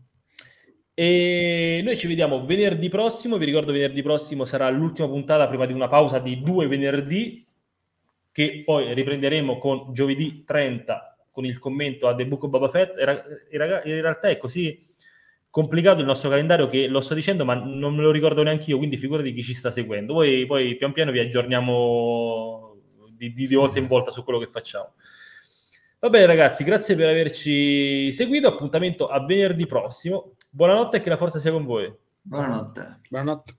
E noi ci vediamo venerdì prossimo. Vi ricordo, venerdì prossimo sarà l'ultima puntata prima di una pausa di due venerdì, che poi riprenderemo con giovedì trenta con il commento a The Book of Boba Fett. E ra- e raga- in realtà è così complicato il nostro calendario che lo sto dicendo, ma non me lo ricordo neanche io, quindi figurati chi ci sta seguendo. Poi, poi pian piano vi aggiorniamo di, di, di volta in volta su quello che facciamo. Va bene ragazzi, grazie per averci seguito, appuntamento a venerdì prossimo. Buonanotte e che la forza sia con voi. Buonanotte. Buonanotte.